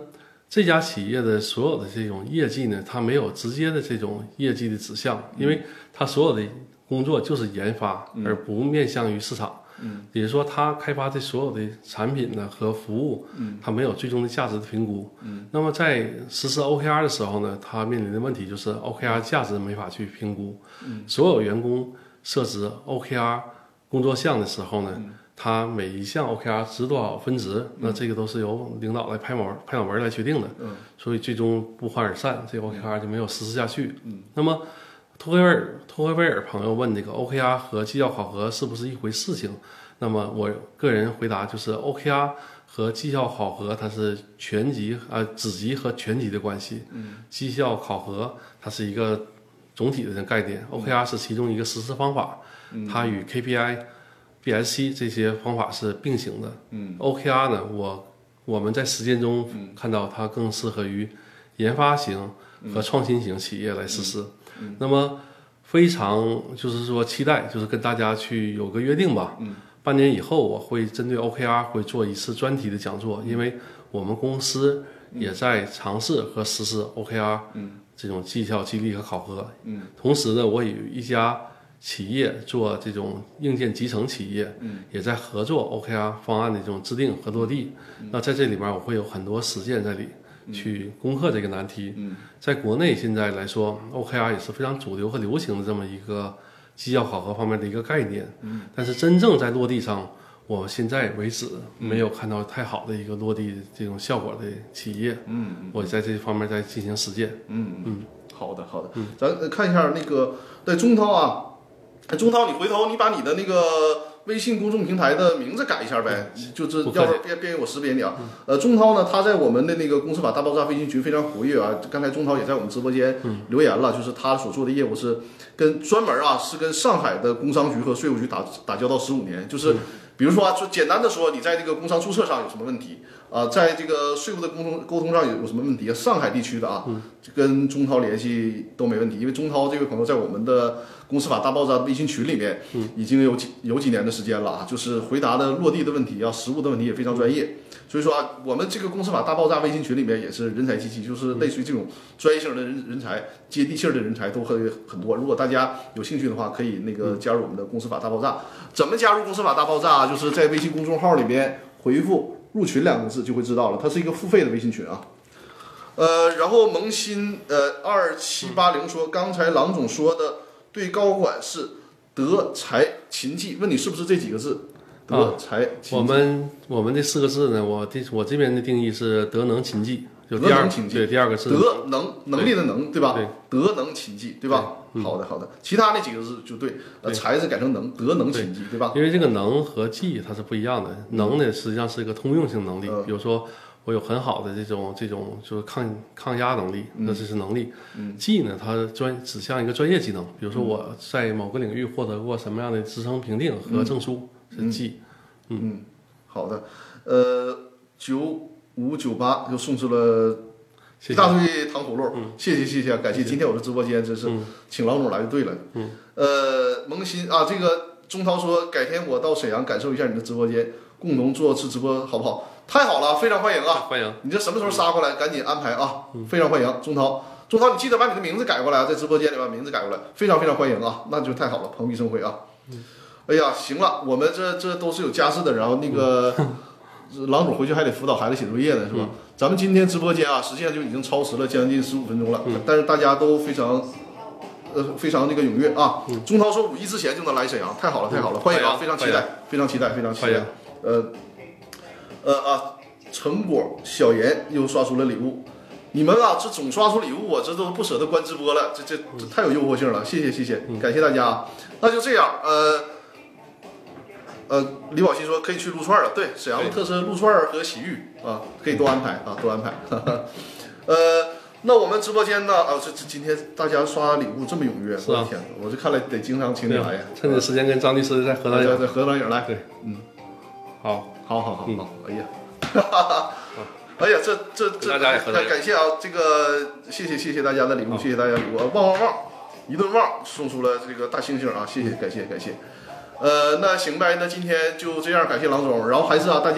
这家企业的所有的这种业绩呢，它没有直接的这种业绩的指向，因为它所有的工作就是研发，而不面向于市场。嗯，也就是说，它开发的所有的产品呢和服务，嗯，它没有最终的价值的评估。嗯，那么在实施 O K R 的时候呢，它面临的问题就是 O K R 价值没法去评估。嗯，所有员工设置 O K R 工作项的时候呢，嗯，它每一项 O K R 值多少分值，嗯，那这个都是由领导来拍脑拍脑门来决定的。嗯，所以最终不欢而散，这个 O K R 就没有实施下去。嗯，那么托克维尔托克维尔朋友问这个 O K R 和绩效考核是不是一回事情？那么我个人回答就是 O K R 和绩效考核它是全级呃子级和全级的关系。嗯，绩效考核它是一个总体的概念，嗯，O K R 是其中一个实施方法，嗯，它与 K P I、B S C 这些方法是并行的。嗯 ，O K R 呢，我我们在实践中看到它更适合于研发型和创新型企业来实施。嗯，那么非常就是说期待，就是跟大家去有个约定吧。嗯，半年以后我会针对 O K R 会做一次专题的讲座，因为我们公司也在尝试和实施 O K R 这种绩效激励和考核。嗯，同时呢，我与一家企业做这种硬件集成企业，嗯，也在合作 O K R 方案的这种制定和落地。嗯，那在这里面我会有很多实践在里。去攻克这个难题。嗯，在国内现在来说 ，O K R 也是非常主流和流行的这么一个绩效考核方面的一个概念。嗯，但是真正在落地上，我现在为止没有看到太好的一个落地这种效果的企业。嗯，我在这方面在进行实践。 嗯嗯，好的好的。嗯，咱看一下那个在中涛啊，中涛，你回头你把你的那个微信公众平台的名字改一下呗，就是要不便便于我识别你啊。呃，钟涛呢，他在我们的那个公司法大爆炸微信群非常活跃啊。刚才钟涛也在我们直播间留言了，就是他所做的业务是跟专门啊是跟上海的工商局和税务局打打交道十五年，就是比如说啊，就简单的说，你在这个工商注册上有什么问题啊，在这个税务的沟通沟通上有有什么问题？上海地区的啊，跟钟涛联系都没问题，因为钟涛这位朋友在我们的公司法大爆炸微信群里面已经有几有几年的时间了啊，就是回答的落地的问题啊，实务的问题也非常专业。所以说啊，我们这个公司法大爆炸微信群里面也是人才济济，就是类似于这种专业性的人人才、接地气儿的人才都很很多。如果大家有兴趣的话，可以那个加入我们的公司法大爆炸。怎么加入公司法大爆炸？就是在微信公众号里面回复“入群”两个字就会知道了，它是一个付费的微信群啊。呃，然后萌新呃二七八零说，刚才郎总说的对高管是德才勤技，问你是不是这几个字？德才勤技。 啊、我们我们这四个字呢，我这我这边的定义是德能勤技，就第二对第二个字德能能力的能对吧？ 对， 德能勤技对吧？对嗯、好的好的，其他那几个字就对，呃，才字改成能，德能勤技对吧？ 因为这个能和技它是不一样的，能呢实际上是一个通用性能力，嗯、比如说。我有很好的这种这种就是抗抗压能力，那这是能力。嗯，技呢，它专指向一个专业技能，比如说我在某个领域获得过什么样的职称评定和证书， 嗯、 是技。 嗯，嗯好的。呃，九五九八又送出了一大堆糖葫芦， 嗯、 谢谢谢谢，感谢。今天我的直播间真是请郎总来就对了。 嗯， 呃，萌新啊，这个钟涛说改天我到沈阳感受一下你的直播间，共同做次直播好不好？太好了，非常欢迎啊！ 欢迎！ 你这什么时候杀过来？赶紧安排啊！非常欢迎，钟涛，钟涛，你记得把你的名字改过来，在直播间里把名字改过来，非常非常欢迎啊！那就太好了，蓬荜生辉啊！哎呀，行了，我们这这都是有家室的，然后那个郎主回去还得辅导孩子写作业呢，是吧？咱们今天直播间啊，实际上就已经超时了将近十五分钟了，但是大家都非常呃非常那个踊跃啊！钟涛说五一之前就能来沈阳，太好了，太好了，欢迎啊！非常期待，非常期待，非常期待，呃。呃啊，成果小严又刷出了礼物，你们啊，这总刷出礼物，我这都不舍得关直播了，这这这太有诱惑性了，谢谢谢谢，感谢大家。那就这样，呃呃，李宝鑫说可以去撸串了，对，沈阳的特色撸串和洗浴啊，可以多安排啊，多安排。哈哈呃，那我们直播间呢，啊，这这今天大家刷礼物这么踊跃， 是啊， 我的天，我这看来得经常请你来呀， 趁着时间跟张律师再合张影， 再合张影来， 对，嗯，好。 好好好好，哎呀，哈哈哈，哎呀，这这这，感谢啊，这个谢谢谢谢大家的礼物，谢谢大家礼物，旺旺旺，一顿旺送出了这个大星星啊，谢谢感谢感谢，呃，那行呗，那今天就这样，感谢郎总，然后还是啊，大家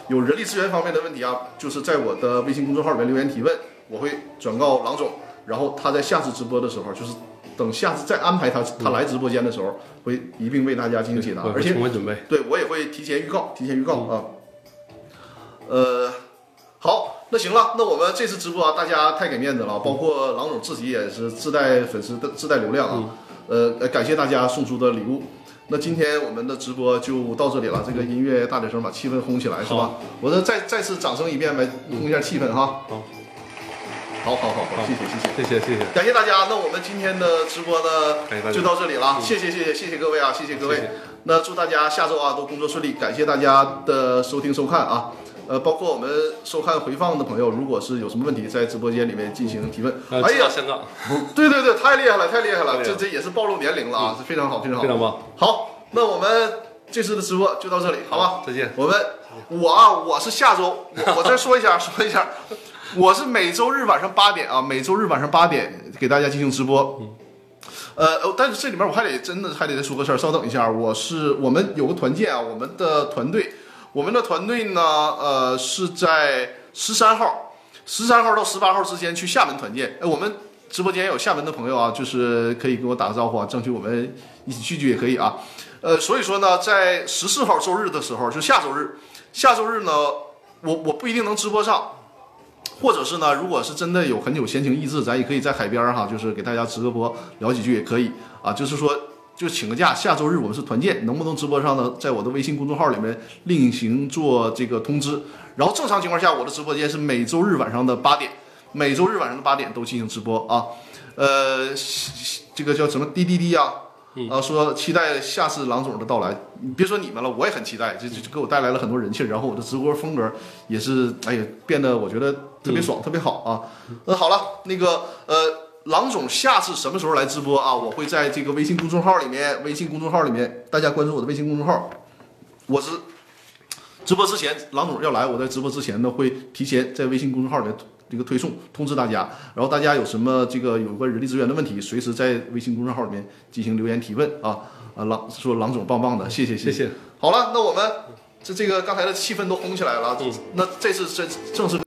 有人力资源方面的问题啊，就是在我的微信公众号里面留言提问，我会转告郎总，然后他在下次直播的时候，就是等下次再安排他他来直播间的时候，会一并为大家进行解答，而且充分准备。 对我也会提前预告，提前预告啊。呃，好，那行了，那我们这次直播啊，大家太给面子了，包括郎总自己也是自带粉丝的自带流量啊。呃，感谢大家送出的礼物。那今天我们的直播就到这里了，这个音乐大点声把气氛烘起来，是吧？我再再再次掌声一遍呗，烘一下气氛哈。 好。 好好好好，谢谢谢谢谢谢谢谢， 感谢大家。那我们今天的直播呢就到这里了，谢谢谢谢谢谢各位啊，谢谢各位。那祝大家下周啊都工作顺利，感谢大家的收听收看啊。呃，包括我们收看回放的朋友，如果是有什么问题，在直播间里面进行提问。 哎呀，香港， 对对对，太厉害了，太厉害了，这这也是暴露年龄了啊，非常好，非常好， 非常棒。 好，那我们这次的直播就到这里，好吧？ 再见。 我们我啊，我是下周，我我再说一下，说一下。我是每周日晚上八点啊，每周日晚上八点给大家进行直播。呃，但是这里面我还得真的还得再说个事儿，稍等一下，我是我们有个团建啊，我们的团队，我们的团队呢，呃，是在十三号，十三号到十八号之间去厦门团建。哎，我们直播间有厦门的朋友啊，就是可以跟我打个招呼啊，争取我们一起聚聚也可以啊。呃，所以说呢，在十四号周日的时候，就下周日，下周日呢，我我不一定能直播上。或者是呢，如果是真的有很有闲情逸致，咱也可以在海边哈，就是给大家直个播聊几句也可以啊。就是说，就请个假，下周日我们是团建，能不能直播上呢？在我的微信公众号里面另行做这个通知。然后正常情况下，我的直播间是每周日晚上的八点，每周日晚上的八点都进行直播啊。呃，这个叫什么滴滴滴啊？啊，说期待下次郎总的到来。你别说你们了，我也很期待，这这给我带来了很多人气。然后我的直播风格也是，哎呀，变得我觉得特别爽，嗯、特别好啊。呃，好了，那个呃，郎总下次什么时候来直播啊？我会在这个微信公众号里面，微信公众号里面，大家关注我的微信公众号。我是直播之前，郎总要来，我在直播之前呢会提前在微信公众号里面。这个推送通知大家，然后大家有什么这个有关人力资源的问题，随时在微信公众号里面进行留言提问啊啊！郎说郎总棒棒的，谢谢谢谢。 好了，那我们这这个刚才的气氛都烘起来了，嗯、那这次正正式。